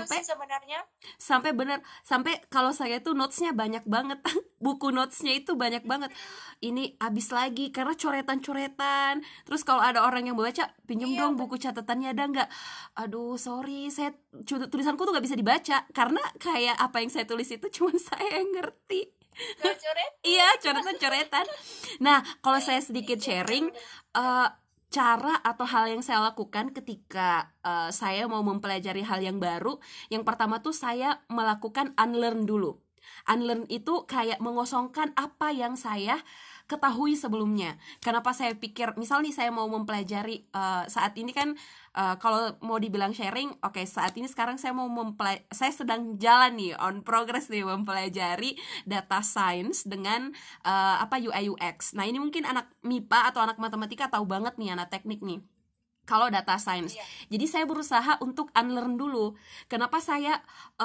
Sampai kalau saya tuh notesnya banyak banget. Buku notesnya itu banyak banget. Ini habis lagi karena coretan-coretan. Terus kalau ada orang yang baca, pinjem dong buku catatannya, ada nggak? Aduh sorry, saya tulisanku tuh nggak bisa dibaca karena kayak apa yang saya tulis itu cuma saya yang ngerti. Iya, coretan-coretan. Nah, kalau saya sedikit sharing cara atau hal yang saya lakukan ketika saya mau mempelajari hal yang baru. Yang pertama tuh saya melakukan unlearn dulu. Unlearn itu kayak mengosongkan apa yang saya ketahui sebelumnya. Kenapa saya pikir, misal nih saya mau mempelajari saat ini kan kalau mau dibilang sharing, saat ini sekarang saya saya sedang jalan nih on progress nih mempelajari data science dengan UI UX. Nah ini mungkin anak MIPA atau anak matematika tahu banget nih, anak teknik nih kalau data science. Jadi saya berusaha untuk unlearn dulu. Kenapa saya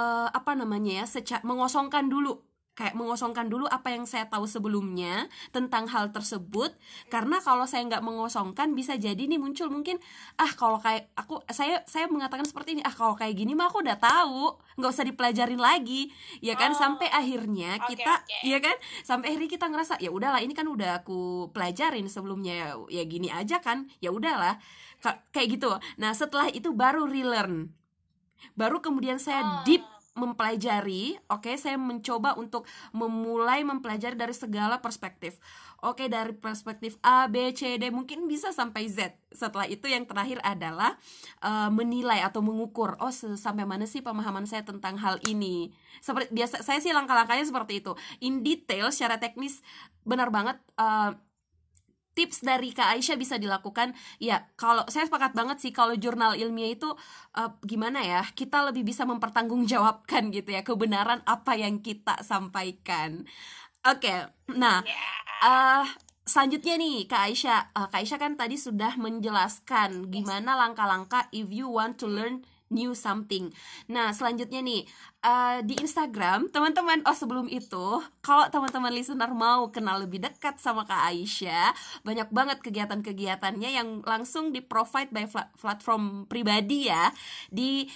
mengosongkan dulu. Kayak mengosongkan dulu apa yang saya tahu sebelumnya tentang hal tersebut. Karena kalau saya nggak mengosongkan, bisa jadi nih muncul mungkin kalau kayak saya mengatakan seperti ini, kalau kayak gini mah aku udah tahu, nggak usah dipelajarin lagi, ya kan? Sampai akhirnya kita ya kan, sampai akhirnya kita ngerasa ya udahlah, ini kan udah aku pelajarin sebelumnya, ya gini aja kan, ya udahlah kayak gitu. Nah setelah itu baru relearn, baru kemudian saya deep mempelajari. Saya mencoba untuk memulai mempelajari dari segala perspektif. Dari perspektif A, B, C, D, mungkin bisa sampai Z. Setelah itu yang terakhir adalah menilai atau mengukur, sampai mana sih pemahaman saya tentang hal ini. Seperti biasa saya sih langkah-langkahnya seperti itu. In detail secara teknis benar banget. Tips dari Kak Aisyah bisa dilakukan. Ya, kalau saya sepakat banget sih, kalau jurnal ilmiah itu gimana ya, kita lebih bisa mempertanggungjawabkan gitu ya kebenaran apa yang kita sampaikan. Nah selanjutnya nih Kak Aisyah kan tadi sudah menjelaskan gimana langkah-langkah if you want to learn new something. Nah selanjutnya nih di Instagram teman-teman, sebelum itu kalau teman-teman listener mau kenal lebih dekat sama Kak Aisyah, banyak banget kegiatan-kegiatannya yang langsung di provide by platform pribadi ya, di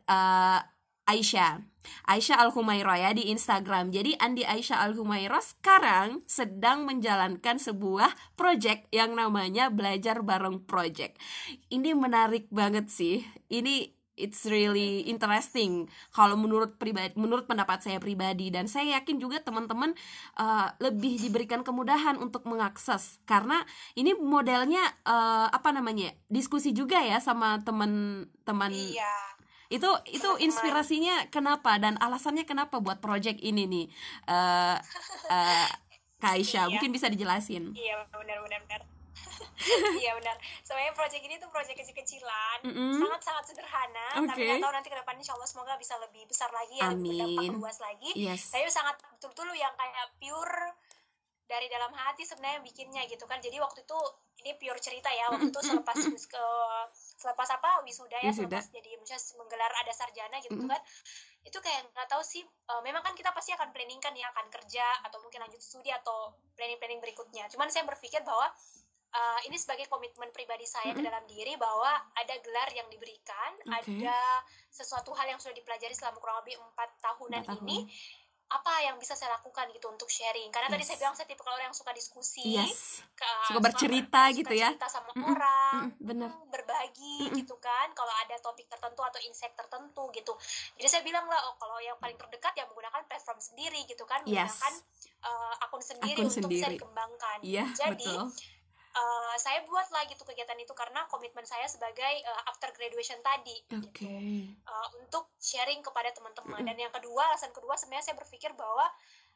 Aisyah Al-Humairah ya di Instagram. Jadi Andi Aisyah Al-Humairah sekarang sedang menjalankan sebuah project yang namanya Belajar Bareng Project. Ini menarik banget sih. It's really interesting kalau menurut pendapat saya pribadi, dan saya yakin juga teman-teman lebih diberikan kemudahan untuk mengakses, karena ini modelnya diskusi juga ya sama teman-teman. Itu inspirasinya kenapa dan alasannya kenapa buat project ini nih, Kak Aisyah mungkin bisa dijelasin. Iya benar. Iya benar. Sebenarnya proyek ini tuh proyek kecil-kecilan, Mm-mm. sangat-sangat sederhana. Tapi nggak Oke. tahu nanti ke depan Insya Allah semoga bisa lebih besar lagi ya, lebih berdampak Amin. luas lagi. Yes. Tapi sangat betul-betul yang kayak pure dari dalam hati sebenarnya bikinnya gitu kan. Jadi waktu itu ini pure cerita ya. Waktu Mm-mm, itu mm-mm, selepas mm-mm. selepas apa wisuda ya, Ya sudah. selepas jadi misalnya menggelar ada sarjana gitu Mm-mm. kan, itu kayak nggak tahu sih, memang kan kita pasti akan planning kan ya, akan kerja atau mungkin lanjut studi atau planning-planning berikutnya. Cuman saya berpikir bahwa ini sebagai komitmen pribadi saya ke Mm-mm. dalam diri bahwa ada gelar yang diberikan, Oke. ada sesuatu hal yang sudah dipelajari selama kurang lebih 4 tahunan 4 tahun. ini, apa yang bisa saya lakukan gitu untuk sharing. Karena tadi Yes. saya bilang saya tipe orang yang suka diskusi, Yes. Suka suka bercerita gitu ya. cerita sama Mm-mm, orang, mm-mm, bener. berbagi Mm-mm. gitu kan, kalau ada topik tertentu atau insight tertentu gitu. Jadi saya bilang lah, oh kalau yang paling terdekat ya menggunakan platform sendiri gitu kan, Yes. menggunakan akun sendiri Akun untuk bisa sendiri. dikembangkan. Iya, Jadi betul. saya buat lah gitu kegiatan itu karena komitmen saya sebagai after graduation tadi Oke. gitu, untuk sharing kepada teman-teman. Mm-mm. Dan yang kedua, alasan kedua sebenarnya saya berpikir bahwa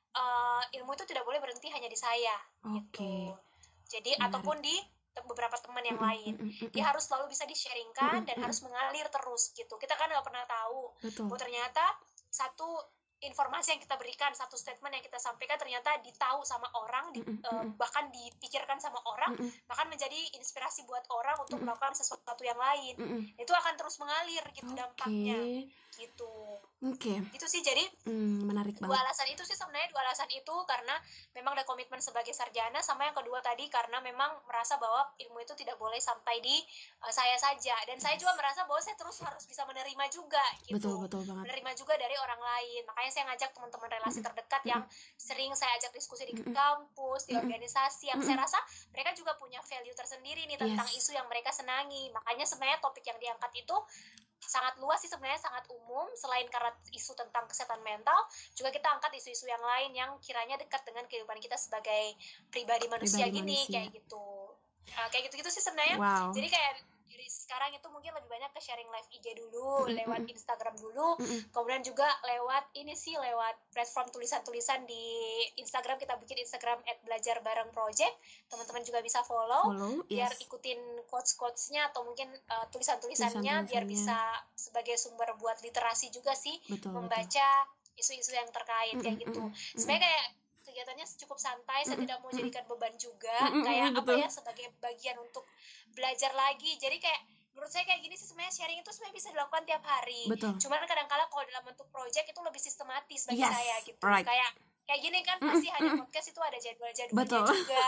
ilmu itu tidak boleh berhenti hanya di saya Oke. gitu. Jadi Menarik. ataupun di beberapa teman yang Mm-mm, lain, mm-mm, mm-mm. dia harus selalu bisa di-sharingkan Mm-mm, dan mm-mm. harus mengalir terus gitu. Kita kan nggak pernah tahu Betul. bahwa ternyata satu informasi yang kita berikan, satu statement yang kita sampaikan ternyata ditahu sama orang, Mm-mm, mm-mm. bahkan dipikirkan sama orang, Mm-mm, bahkan menjadi inspirasi buat orang untuk Mm-mm. melakukan sesuatu yang lain. mm-mm. Itu akan terus mengalir gitu dampaknya Oke. gitu. Oke. Itu sih, jadi Menarik dua banget. alasan itu sih sebenarnya, dua alasan itu karena memang ada komitmen sebagai sarjana, sama yang kedua tadi karena memang merasa bahwa ilmu itu tidak boleh sampai di saya saja, dan saya juga merasa bahwa saya terus harus bisa menerima juga gitu, Betul banget. menerima juga dari orang lain. Makanya saya ngajak teman-teman relasi terdekat yang sering saya ajak diskusi di Mm-mm. kampus, di organisasi, yang saya Mm-mm. rasa mereka juga punya value tersendiri nih tentang Yes. isu yang mereka senangi. Makanya sebenarnya topik yang diangkat itu sangat luas sih sebenarnya, sangat umum. Selain karena isu tentang kesehatan mental, juga kita angkat isu-isu yang lain yang kiranya dekat dengan kehidupan kita sebagai pribadi manusia gini, kayak gitu. Kayak gitu-gitu sih sebenarnya. Wow. Jadi kayak sekarang itu mungkin lebih banyak ke sharing live IG dulu, lewat Instagram dulu, kemudian juga lewat ini sih, lewat platform tulisan-tulisan di Instagram. Kita bikin Instagram @belajarbarengproject, teman-teman juga bisa follow, biar yes. ikutin quotes-quotesnya atau mungkin tulisan-tulisannya, biar bisa sebagai sumber buat literasi juga sih, membaca isu-isu yang terkait kayak gitu. Sebenarnya kayak kegiatannya cukup santai, saya tidak mau jadikan beban juga, kayak apa ya, sebagai bagian untuk belajar lagi. Jadi kayak menurut saya kayak gini sih, sebenarnya sharing itu sebenarnya bisa dilakukan tiap hari. Cuman kadang-kala kalau dalam bentuk project itu lebih sistematis bagi saya gitu. Kayak gini kan pasti hanya podcast itu ada jadwal-jadwalnya juga.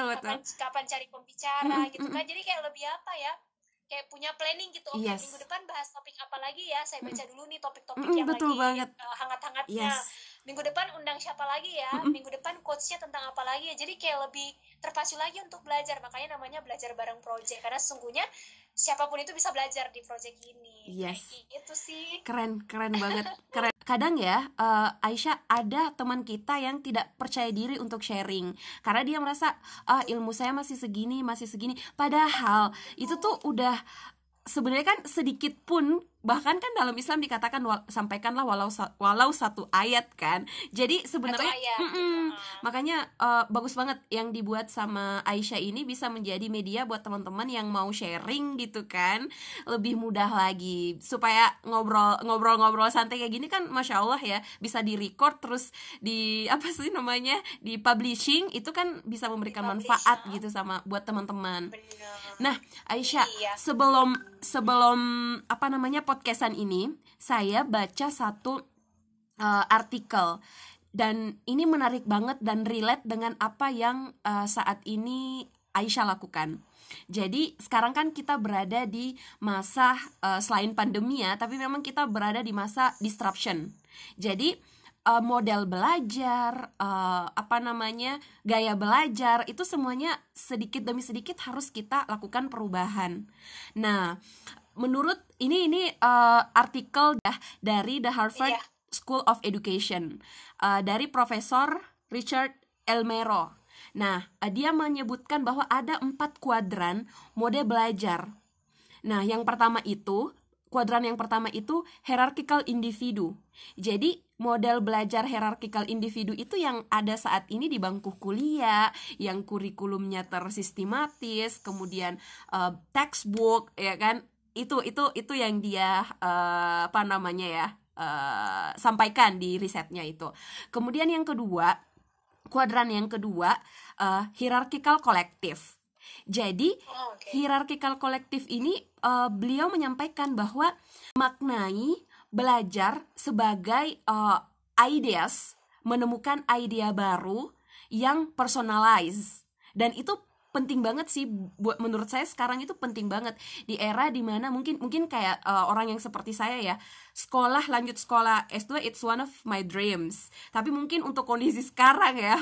Kapan cari pembicara gitu kan. Jadi kayak lebih apa ya, kayak punya planning gitu. Oke, minggu depan bahas topik apa lagi ya, saya baca dulu nih topik-topik yang lagi hangat-hangatnya. Minggu depan undang siapa lagi ya, minggu depan quotes-nya tentang apa lagi ya. Jadi kayak lebih terpacu lagi untuk belajar. Makanya namanya belajar bareng project, karena sesungguhnya siapapun itu bisa belajar di project ini. Yes. Kayak gitu sih. Keren banget. Keren. Kadang ya, Aisyah, ada teman kita yang tidak percaya diri untuk sharing karena dia merasa ilmu saya masih segini. Padahal itu tuh udah sebenarnya kan sedikit pun, bahkan kan dalam Islam dikatakan sampaikanlah walau satu ayat kan. Jadi sebenarnya makanya bagus banget yang dibuat sama Aisyah ini, bisa menjadi media buat teman-teman yang mau sharing gitu kan, lebih mudah lagi supaya ngobrol santai kayak gini kan, masya Allah ya, bisa di record terus di di publishing, itu kan bisa memberikan manfaat gitu sama buat teman-teman. Nah, Aisyah, sebelum podcastan ini, saya baca satu artikel, dan ini menarik banget dan relate dengan apa yang saat ini Aisyah lakukan. Jadi sekarang kan kita berada di masa selain pandemi ya, tapi memang kita berada di masa disruption. Jadi model belajar, gaya belajar, itu semuanya sedikit demi sedikit harus kita lakukan perubahan. Nah, menurut ini artikel dari The Harvard School of Education, dari Profesor Richard Elmero. Nah, dia menyebutkan bahwa ada 4 kuadran mode belajar. Nah, yang pertama itu kuadran yang pertama itu hierarchical individu. Jadi model belajar hierarchical individu itu yang ada saat ini di bangku kuliah, yang kurikulumnya tersistematis, kemudian textbook, ya kan? Itu yang dia sampaikan di risetnya itu. Kemudian yang kedua, kuadran yang kedua, hierarchical collective. Jadi hierarchical collective ini beliau menyampaikan bahwa maknai belajar sebagai ideas, menemukan ide baru yang personalized. Dan itu penting banget sih, buat menurut saya sekarang itu penting banget di era dimana mungkin kayak orang yang seperti saya ya, lanjut sekolah S2 it's one of my dreams. Tapi mungkin untuk kondisi sekarang ya,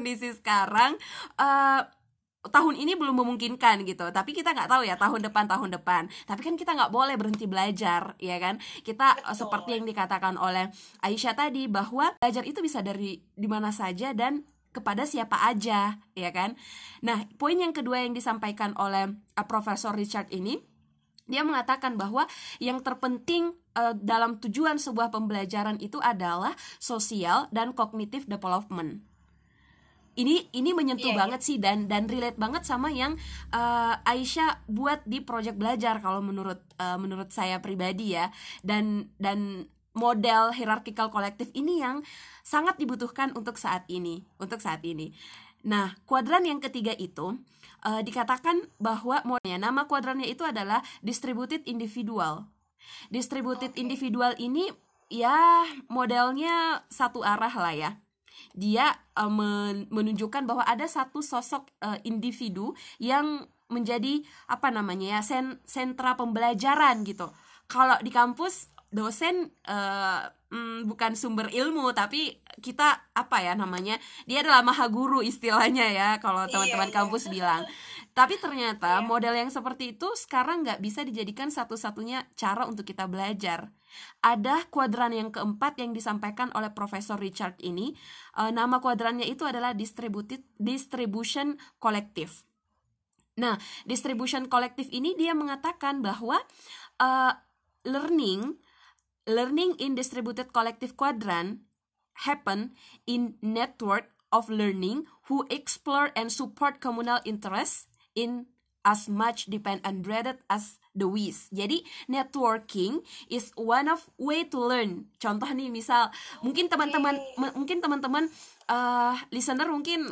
tahun ini belum memungkinkan gitu. Tapi kita nggak tahu ya tahun depan. Tapi kan kita nggak boleh berhenti belajar, ya kan? Kita seperti yang dikatakan oleh Aisyah tadi, bahwa belajar itu bisa dari dimana saja dan kepada siapa aja, ya kan? Nah, poin yang kedua yang disampaikan oleh Profesor Richard ini, dia mengatakan bahwa yang terpenting dalam tujuan sebuah pembelajaran itu adalah social dan cognitive development. Ini menyentuh banget sih, dan relate banget sama yang Aisyah buat di project belajar kalau menurut saya pribadi ya, dan model hierarchical collective ini yang sangat dibutuhkan untuk saat ini. Nah, kuadran yang ketiga itu dikatakan bahwa nama kuadrannya itu adalah distributed individual. Distributed individual ini ya modelnya satu arah lah ya. Dia menunjukkan bahwa ada satu sosok individu yang menjadi sentra pembelajaran gitu. Kalau di kampus dosen bukan sumber ilmu, tapi kita dia adalah maha guru istilahnya ya, kalau teman-teman kampus bilang. Tapi ternyata model yang seperti itu sekarang nggak bisa dijadikan satu-satunya cara untuk kita belajar. Ada kuadran yang keempat yang disampaikan oleh Profesor Richard ini. Nama kuadrannya itu adalah distribution collective. Nah, distribution collective ini dia mengatakan bahwa learning in distributed collective quadrant happen in network of learning who explore and support communal interests in as much depend and dreaded as the wish. Jadi networking is one of way to learn. Contoh nih, misal mungkin teman-teman listener mungkin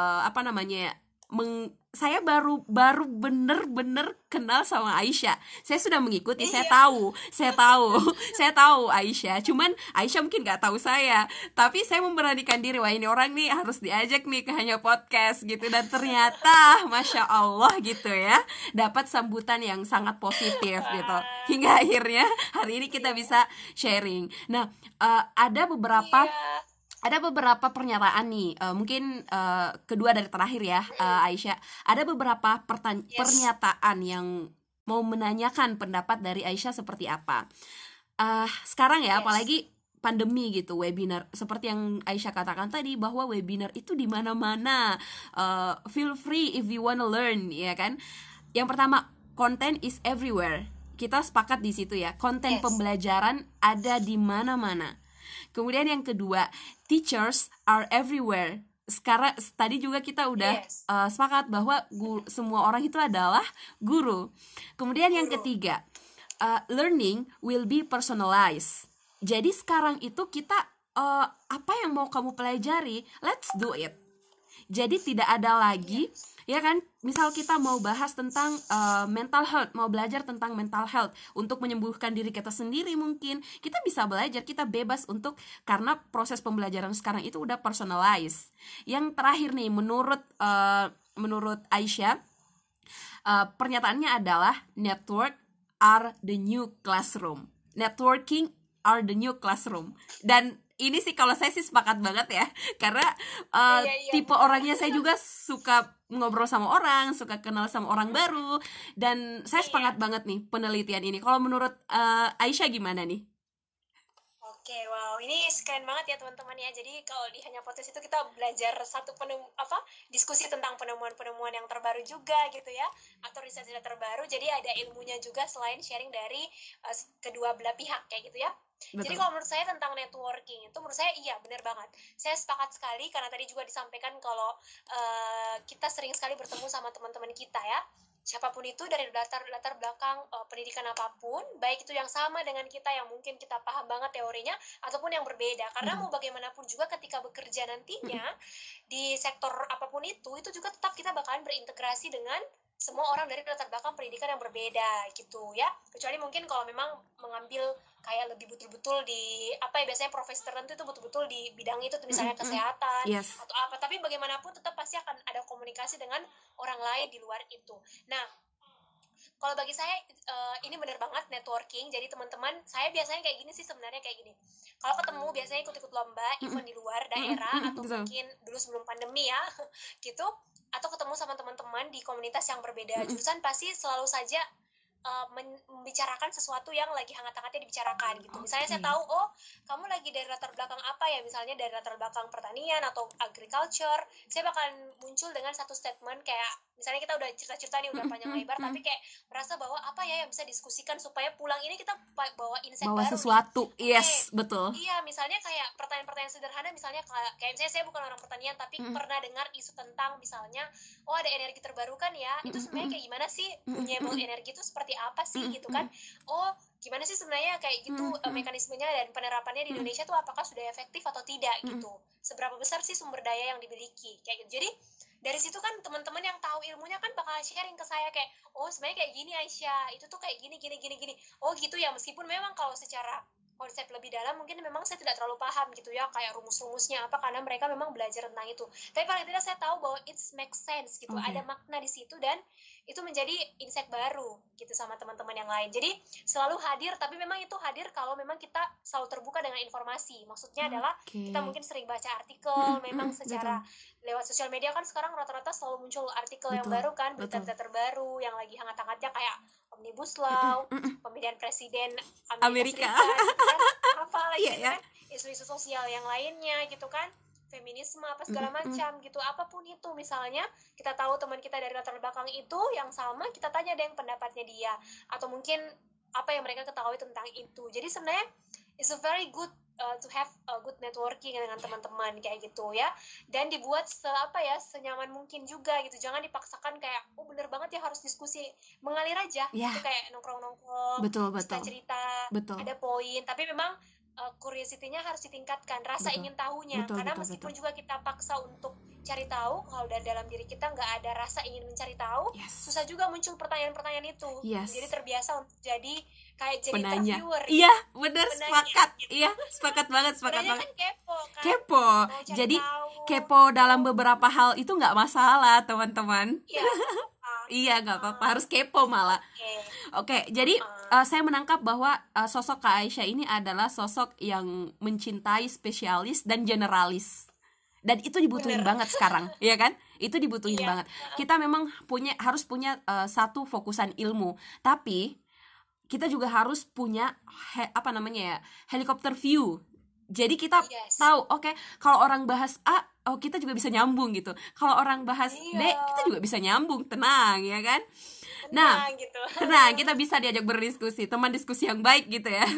saya baru bener-bener kenal sama Aisyah. Saya sudah mengikuti, saya tahu Aisyah. Cuman Aisyah mungkin nggak tahu saya. Tapi saya memberanikan diri, wah ini orang nih harus diajak nih ke Hanya Podcast gitu. Dan ternyata Masya Allah gitu ya, dapat sambutan yang sangat positif gitu. Hingga akhirnya hari ini kita bisa sharing. Nah, ada beberapa pernyataan nih, mungkin kedua dari terakhir ya, Aisyah. Ada beberapa pernyataan yang mau menanyakan pendapat dari Aisyah seperti apa. Sekarang ya, apalagi pandemi gitu, webinar seperti yang Aisyah katakan tadi, bahwa webinar itu di mana-mana. Feel free if you wanna learn, ya kan? Yang pertama, content is everywhere. Kita sepakat di situ ya. Konten pembelajaran ada di mana-mana. Kemudian yang kedua, teachers are everywhere. Sekarang tadi juga kita udah sepakat bahwa semua orang itu adalah guru. Kemudian yang ketiga, learning will be personalized. Jadi sekarang itu kita apa yang mau kamu pelajari, let's do it. Jadi tidak ada lagi, ya kan, misal kita mau bahas tentang mental health, mau belajar tentang mental health untuk menyembuhkan diri kita sendiri, mungkin kita bisa belajar, kita bebas karena proses pembelajaran sekarang itu udah personalized. Yang terakhir nih, menurut Aisyah, pernyataannya adalah network are the new classroom. Networking are the new classroom. Dan ini sih kalau saya sih sepakat banget ya, karena tipe orangnya saya juga suka ngobrol sama orang, suka kenal sama orang baru, dan saya sepakat banget nih penelitian ini. Kalau menurut Aisyah gimana nih? Oke, wow, ini keren banget ya teman-teman ya. Jadi kalau di Hanya Podcast itu kita belajar satu diskusi tentang penemuan-penemuan yang terbaru juga gitu ya, atau riset-riset terbaru. Jadi ada ilmunya juga selain sharing dari kedua belah pihak kayak gitu ya. Jadi Betul. kalau menurut saya tentang networking itu menurut saya iya benar banget. Saya sepakat sekali karena tadi juga disampaikan kalau kita sering sekali bertemu sama teman-teman kita ya. Siapapun itu dari latar belakang pendidikan apapun, baik itu yang sama dengan kita yang mungkin kita paham banget teorinya ataupun yang berbeda. Karena Betul. mau bagaimanapun juga ketika bekerja nantinya di sektor apapun itu juga tetap kita bakalan berintegrasi dengan semua orang dari latar belakang pendidikan yang berbeda gitu ya. Kecuali mungkin kalau memang mengambil kayak lebih betul-betul di biasanya profesi tertentu itu betul-betul di bidang itu misalnya kesehatan Yes. atau apa, tapi bagaimanapun tetap pasti akan ada komunikasi dengan orang lain di luar itu. Nah, kalau bagi saya ini benar banget networking. Jadi teman-teman, saya biasanya kayak gini sih sebenarnya kayak gini. Kalau ketemu biasanya ikut-ikut lomba, event di luar daerah atau Betul. mungkin dulu sebelum pandemi ya, gitu. Atau ketemu sama teman-teman di komunitas yang berbeda jurusan, pasti selalu saja membicarakan sesuatu yang lagi hangat-hangatnya dibicarakan gitu. Misalnya saya tahu, oh kamu lagi dari latar belakang apa ya, misalnya dari latar belakang pertanian atau agriculture, saya bakalan muncul dengan satu statement kayak misalnya kita udah cerita-cerita nih udah panjang lebar, tapi kayak merasa bahwa apa ya yang bisa diskusikan supaya pulang ini kita bawa insight Bawa baru sesuatu. nih. Yes, betul. Iya, misalnya kayak pertanyaan-pertanyaan sederhana, misalnya kayak misalnya saya bukan orang pertanian tapi pernah dengar isu tentang misalnya oh ada energi terbarukan ya, itu sebenarnya kayak gimana sih renewable energi itu seperti apa sih gitu kan. Oh gimana sih sebenarnya kayak gitu mekanismenya dan penerapannya di Indonesia tuh apakah sudah efektif atau tidak gitu, seberapa besar sih sumber daya yang dimiliki kayak gitu. Jadi dari situ kan teman-teman yang tahu ilmunya kan bakal sharing ke saya kayak oh sebenarnya kayak gini Aisyah, itu tuh kayak gini oh gitu ya, meskipun memang kalau secara konsep lebih dalam mungkin memang saya tidak terlalu paham gitu ya kayak rumus-rumusnya apa, karena mereka memang belajar tentang itu, tapi paling tidak saya tahu bahwa it makes sense gitu, ada makna di situ dan itu menjadi insight baru gitu sama teman-teman yang lain. Jadi selalu hadir, tapi memang itu hadir kalau memang kita selalu terbuka dengan informasi. Maksudnya adalah kita mungkin sering baca artikel, memang secara lewat sosial media kan sekarang rata-rata selalu muncul artikel yang baru kan, berita-berita terbaru yang lagi hangat-hangatnya kayak Omnibus Law, pemilihan presiden Amerika Serikat, gitu kan, apa lagi gitu kan, isu-isu sosial yang lainnya gitu kan, feminisme apa segala macam gitu, apapun itu misalnya kita tahu teman kita dari latar belakang itu yang sama, kita tanya deh pendapatnya dia atau mungkin apa yang mereka ketahui tentang itu. Jadi sebenarnya it's a very good to have a good networking dengan teman-teman kayak gitu ya, dan dibuat senyaman mungkin juga gitu, jangan dipaksakan kayak oh bener banget ya harus diskusi, mengalir aja itu kayak nongkrong-nongkrong, cerita-cerita, ada poin, tapi memang curiosity-nya harus ditingkatkan, rasa ingin tahunya, karena meskipun juga kita paksa untuk cari tahu, kalau dari dalam diri kita nggak ada rasa ingin mencari tahu, susah juga muncul pertanyaan-pertanyaan itu. Jadi terbiasa untuk jadi kayak jadi interviewer. Iya, benar, sepakat. Gitu. Iya, sepakat banget. Kan kepo kan. Kepo. Jadi kepo dalam beberapa hal itu nggak masalah, teman-teman. Iya, iya, nggak apa-apa. Harus kepo malah. Oke, jadi saya menangkap bahwa sosok Kak Aisyah ini adalah sosok yang mencintai spesialis dan generalis. Dan itu dibutuhin banget sekarang, ya kan? Itu dibutuhin banget. Kita memang harus punya satu fokusan ilmu, tapi kita juga harus punya helikopter view. Jadi kita tahu, oke, kalau orang bahas A, oh kita juga bisa nyambung gitu. Kalau orang bahas B, kita juga bisa nyambung, tenang, ya kan? Tenang, kita bisa diajak berdiskusi, teman diskusi yang baik gitu ya.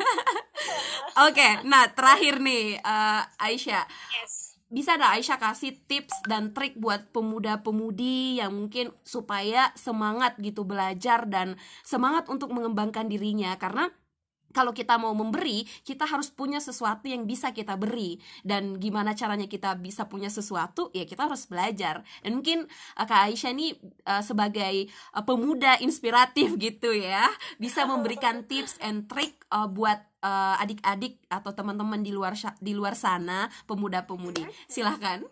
Oke, nah terakhir nih Aisyah. Bisa nggak Aisyah kasih tips dan trik buat pemuda-pemudi yang mungkin supaya semangat gitu belajar dan semangat untuk mengembangkan dirinya? Karena kalau kita mau memberi, kita harus punya sesuatu yang bisa kita beri. Dan gimana caranya kita bisa punya sesuatu? Ya kita harus belajar. Dan mungkin Kak Aisyah ini sebagai pemuda inspiratif gitu ya, bisa memberikan tips and trick buat adik-adik atau teman-teman di luar sana, pemuda-pemudi. Silahkan.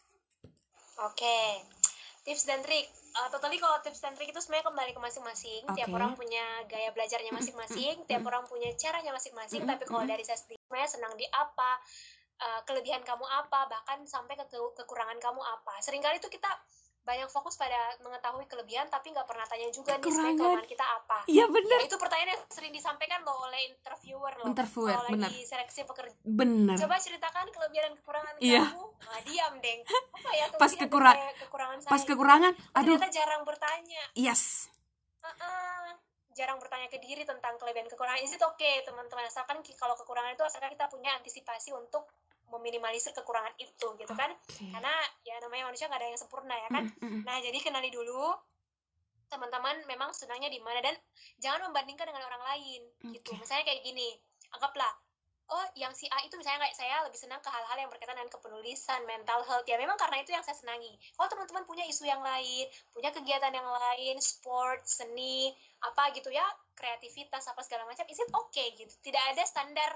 Oke, tips dan trik. Totally kalau tips dan trik itu sebenarnya kembali ke masing-masing. Tiap orang punya gaya belajarnya masing-masing, tiap orang punya caranya masing-masing. Tapi kalau dari saya sendiri, saya senang di apa, kelebihan kamu apa, bahkan sampai ke kekurangan kamu apa. Seringkali itu kita banyak fokus pada mengetahui kelebihan tapi nggak pernah tanya juga nih sebenarnya Kekurangan. kelemahan kita apa. Iya benar. Ya, itu pertanyaan yang sering disampaikan loh oleh interviewer kalau benar. lagi seleksi pekerjaan. Bener. Coba ceritakan kelebihan dan kekurangan Iya. kamu. Nah, diam deng. Apa ya Pas kekurangan saya? Pas kekurangan, aduh. Ternyata jarang bertanya. Yes. Jarang bertanya ke diri tentang kelebihan kekurangan. Is it okay, teman-teman? Asalkan kalau kekurangan itu asalkan kita punya antisipasi untuk meminimalisir kekurangan itu gitu kan. Karena ya namanya manusia nggak ada yang sempurna ya kan. Nah, jadi kenali dulu teman-teman memang senangnya di mana dan jangan membandingkan dengan orang lain gitu. Misalnya kayak gini, anggaplah yang si A itu misalnya kayak saya lebih senang ke hal-hal yang berkaitan dengan kepenulisan, mental health, ya memang karena itu yang saya senangi. Kalau teman-teman punya isu yang lain, punya kegiatan yang lain, sport, seni, apa gitu ya, kreativitas apa segala macam, is it okay gitu. Tidak ada standar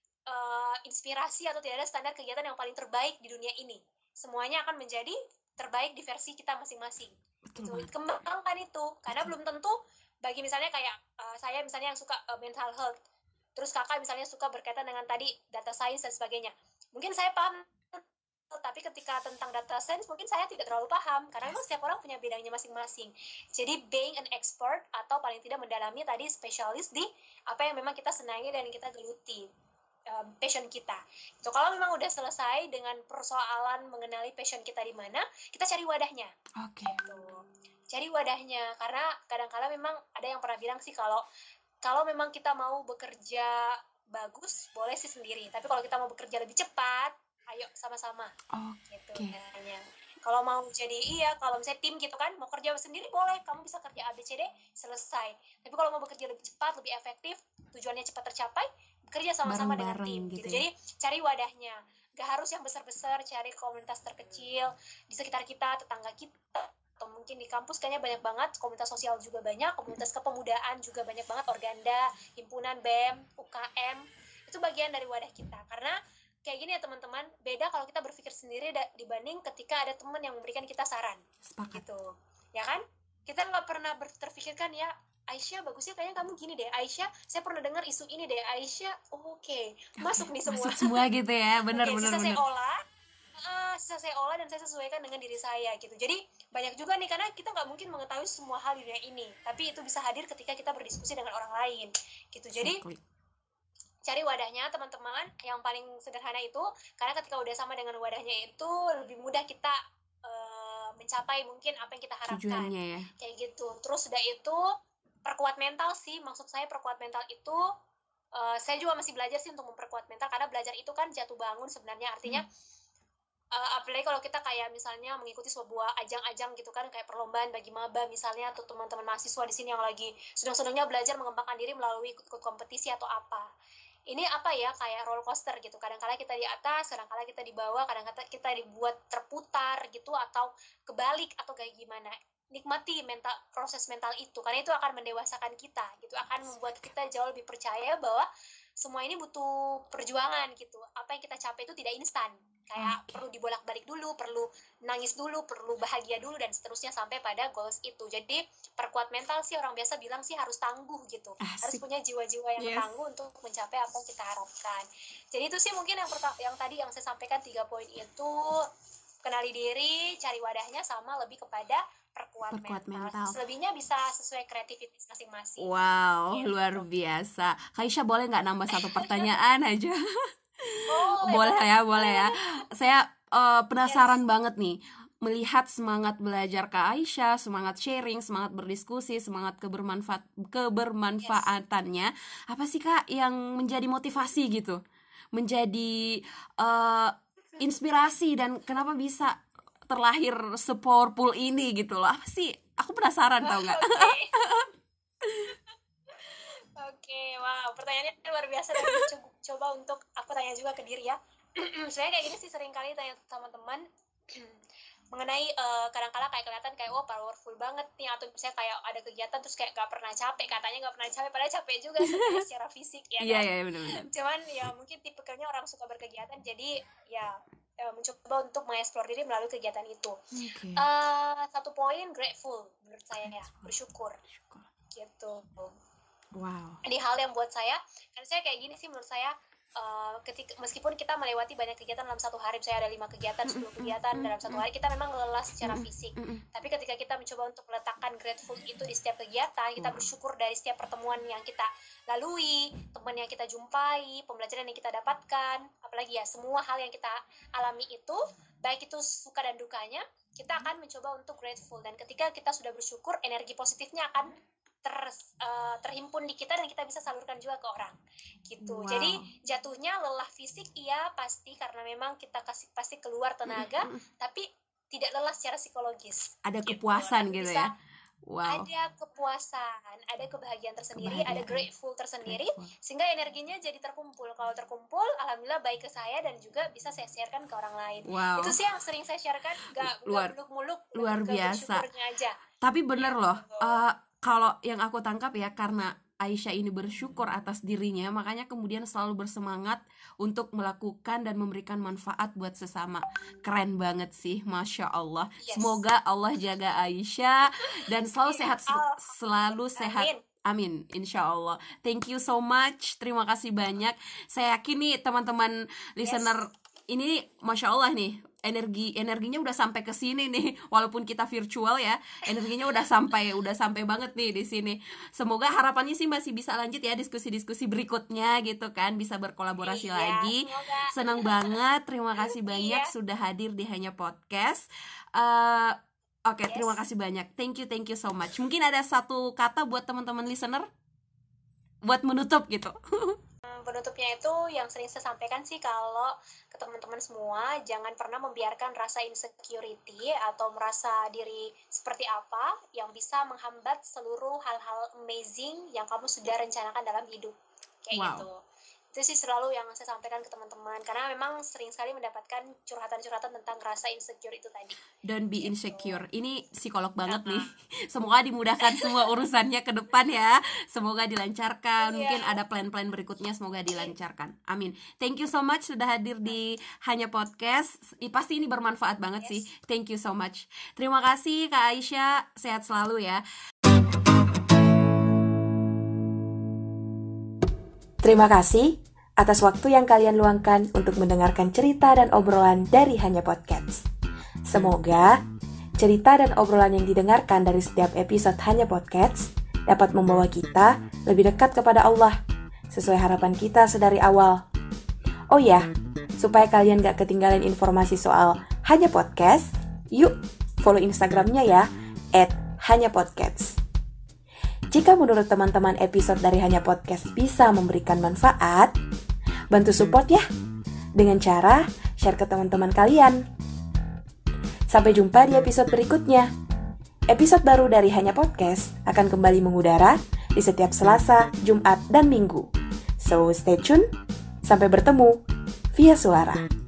inspirasi atau tidak ada standar kegiatan yang paling terbaik di dunia ini. Semuanya akan menjadi terbaik di versi kita masing-masing. Gitu. Kembangkan itu, karena belum tentu bagi misalnya kayak saya misalnya yang suka mental health, terus kakak misalnya suka berkaitan dengan tadi data science dan sebagainya. Mungkin saya paham, tapi ketika tentang data science mungkin saya tidak terlalu paham, karena memang setiap orang punya bidangnya masing-masing. Jadi being an expert atau paling tidak mendalami tadi spesialis di apa yang memang kita senangi dan kita geluti. Passion kita. So, kalau memang udah selesai dengan persoalan mengenali passion kita di mana, kita cari wadahnya. Gitu. Cari wadahnya, karena kadang-kala memang ada yang pernah bilang sih kalau memang kita mau bekerja bagus, boleh sih sendiri. Tapi kalau kita mau bekerja lebih cepat, ayo sama-sama. Gitu. Kalau mau jadi kalau misalnya tim gitu kan, mau kerja sendiri boleh, kamu bisa kerja ABCD, selesai. Tapi kalau mau bekerja lebih cepat, lebih efektif, tujuannya cepat tercapai, kerja sama-sama dengan tim gitu. Jadi cari wadahnya, gak harus yang besar-besar, cari komunitas terkecil di sekitar kita, tetangga kita, atau mungkin di kampus kayaknya banyak banget, komunitas sosial juga banyak, komunitas kepemudaan juga banyak banget, Organda, himpunan BEM, UKM, itu bagian dari wadah kita. Karena kayak gini ya teman-teman, beda kalau kita berpikir sendiri dibanding ketika ada teman yang memberikan kita saran. Sepakat. Gitu, ya kan? Kita nggak pernah terpikirkan ya, Aisyah bagusnya kayaknya kamu gini deh, Aisyah saya pernah dengar isu ini deh, Aisyah masuk nih semua. Masuk semua gitu ya, benar. Saya olah dan saya sesuaikan dengan diri saya gitu. Jadi banyak juga nih, karena kita nggak mungkin mengetahui semua hal di dunia ini, tapi itu bisa hadir ketika kita berdiskusi dengan orang lain gitu. Jadi cari wadahnya teman-teman, yang paling sederhana itu, karena ketika udah sama dengan wadahnya itu lebih mudah kita mencapai mungkin apa yang kita harapkan. Tujuannya ya. Kayak gitu. Terus sudah itu perkuat mental sih, maksud saya perkuat mental itu saya juga masih belajar sih untuk memperkuat mental, karena belajar itu kan jatuh bangun sebenarnya, artinya apalagi kalau kita kayak misalnya mengikuti sebuah ajang-ajang gitu kan, kayak perlombaan bagi maba misalnya, atau teman-teman mahasiswa di sini yang lagi sedang-sedangnya belajar mengembangkan diri melalui ikut kompetisi atau apa. Ini apa ya, kayak roller coaster gitu, kadang-kala kita di atas, kadang-kala kita di bawah, kadang-kala kita dibuat terputar gitu, atau kebalik, atau kayak gimana. Nikmati proses mental itu, karena itu akan mendewasakan kita gitu, akan membuat kita jauh lebih percaya bahwa semua ini butuh perjuangan gitu. Apa yang kita capai itu tidak instan, kayak perlu dibolak-balik dulu, perlu nangis dulu, perlu bahagia dulu, dan seterusnya sampai pada goals itu. Jadi perkuat mental sih, orang biasa bilang sih harus tangguh gitu. Harus punya jiwa-jiwa yang tangguh untuk mencapai apa yang kita harapkan. Jadi itu sih mungkin yang tadi yang saya sampaikan, 3 poin itu: kenali diri, cari wadahnya, sama lebih kepada perkuat mental. Selebihnya bisa sesuai kreativitas masing-masing. Wow, luar biasa. Kaisyah, boleh nggak nambah satu pertanyaan aja? Boleh ya. Saya penasaran banget nih, melihat semangat belajar Kak Aisyah, semangat sharing, semangat berdiskusi, semangat kebermanfaatannya. Apa sih Kak yang menjadi motivasi gitu? Menjadi inspirasi, dan kenapa bisa terlahir se-powerful ini gitu loh. Apa sih? Aku penasaran, tau gak? Oke, wow, pertanyaannya luar biasa, dan coba untuk aku tanya juga ke diri ya. Saya kayak gini sih, sering kali tanya sama teman mengenai kadang-kala kayak kelihatan kayak powerful banget nih, atau misalnya kayak ada kegiatan terus kayak gak pernah capek, katanya gak pernah capek, padahal capek juga secara fisik ya kan. Iya, benar-benar. Cuman ya mungkin tipikalnya orang suka berkegiatan, jadi ya mencoba untuk mengeksplor diri melalui kegiatan itu. Satu poin, grateful menurut saya ya, bersyukur gitu. Wow. Ini hal yang buat saya, kan saya kayak gini sih, menurut saya meskipun kita melewati banyak kegiatan dalam satu hari, misalnya ada 5 kegiatan, 10 kegiatan dalam satu hari, kita memang lelah secara fisik. Tapi ketika kita mencoba untuk meletakkan grateful itu di setiap kegiatan, kita bersyukur dari setiap pertemuan yang kita lalui, teman yang kita jumpai, pembelajaran yang kita dapatkan, apalagi ya semua hal yang kita alami itu, baik itu suka dan dukanya, kita akan mencoba untuk grateful. Dan ketika kita sudah bersyukur, energi positifnya akan terhimpun di kita dan kita bisa salurkan juga ke orang gitu. Jadi jatuhnya lelah fisik iya pasti, karena memang kita pasti keluar tenaga, tapi tidak lelah secara psikologis. Ada kepuasan gitu ya. Ada kepuasan, ada kebahagiaan tersendiri, ada grateful tersendiri, sehingga energinya jadi terkumpul. Kalau terkumpul, alhamdulillah baik ke saya dan juga bisa saya sharekan ke orang lain. Itu sih yang sering saya sharekan, gak muluk-muluk, luar biasa aja. Tapi bener loh, kalau yang aku tangkap ya, karena Aisyah ini bersyukur atas dirinya, makanya kemudian selalu bersemangat untuk melakukan dan memberikan manfaat buat sesama. Keren banget sih, Masya Allah. Semoga Allah jaga Aisyah dan selalu sehat, selalu sehat. Amin, insya Allah. Thank you so much, terima kasih banyak. Saya yakin nih teman-teman listener ini, Masya Allah nih, energinya udah sampai ke sini nih, walaupun kita virtual ya, energinya udah sampai banget nih di sini. Semoga harapannya sih masih bisa lanjut ya diskusi-diskusi berikutnya gitu kan, bisa berkolaborasi lagi. Senang banget, terima kasih banyak sudah hadir di Hanya Podcast. Oke, terima kasih banyak. Thank you so much. Mungkin ada satu kata buat teman-teman listener buat menutup gitu. Penutupnya itu yang sering saya sampaikan sih, kalau ke teman-teman semua, jangan pernah membiarkan rasa insecurity atau merasa diri seperti apa yang bisa menghambat seluruh hal-hal amazing yang kamu sudah rencanakan dalam hidup. Kayak gitu. Itu sih selalu yang saya sampaikan ke teman-teman, karena memang sering sekali mendapatkan curhatan-curhatan tentang rasa insecure itu tadi. Don't be insecure. Ini psikolog banget nih. Semoga dimudahkan semua urusannya ke depan ya. Semoga dilancarkan. Mungkin ada plan-plan berikutnya, semoga dilancarkan. Amin. Thank you so much sudah hadir di Hanya Podcast. Pasti ini bermanfaat banget sih. Thank you so much. Terima kasih Kak Aisyah. Sehat selalu ya. Terima kasih atas waktu yang kalian luangkan untuk mendengarkan cerita dan obrolan dari Hanya Podcast. Semoga cerita dan obrolan yang didengarkan dari setiap episode Hanya Podcast dapat membawa kita lebih dekat kepada Allah, sesuai harapan kita sedari awal. Oh ya, supaya kalian gak ketinggalan informasi soal Hanya Podcast, yuk follow Instagramnya ya, @hanyapodcast. Jika menurut teman-teman episode dari Hanya Podcast bisa memberikan manfaat, bantu support ya dengan cara share ke teman-teman kalian. Sampai jumpa di episode berikutnya. Episode baru dari Hanya Podcast akan kembali mengudara di setiap Selasa, Jumat, dan Minggu. So stay tune, sampai bertemu via suara.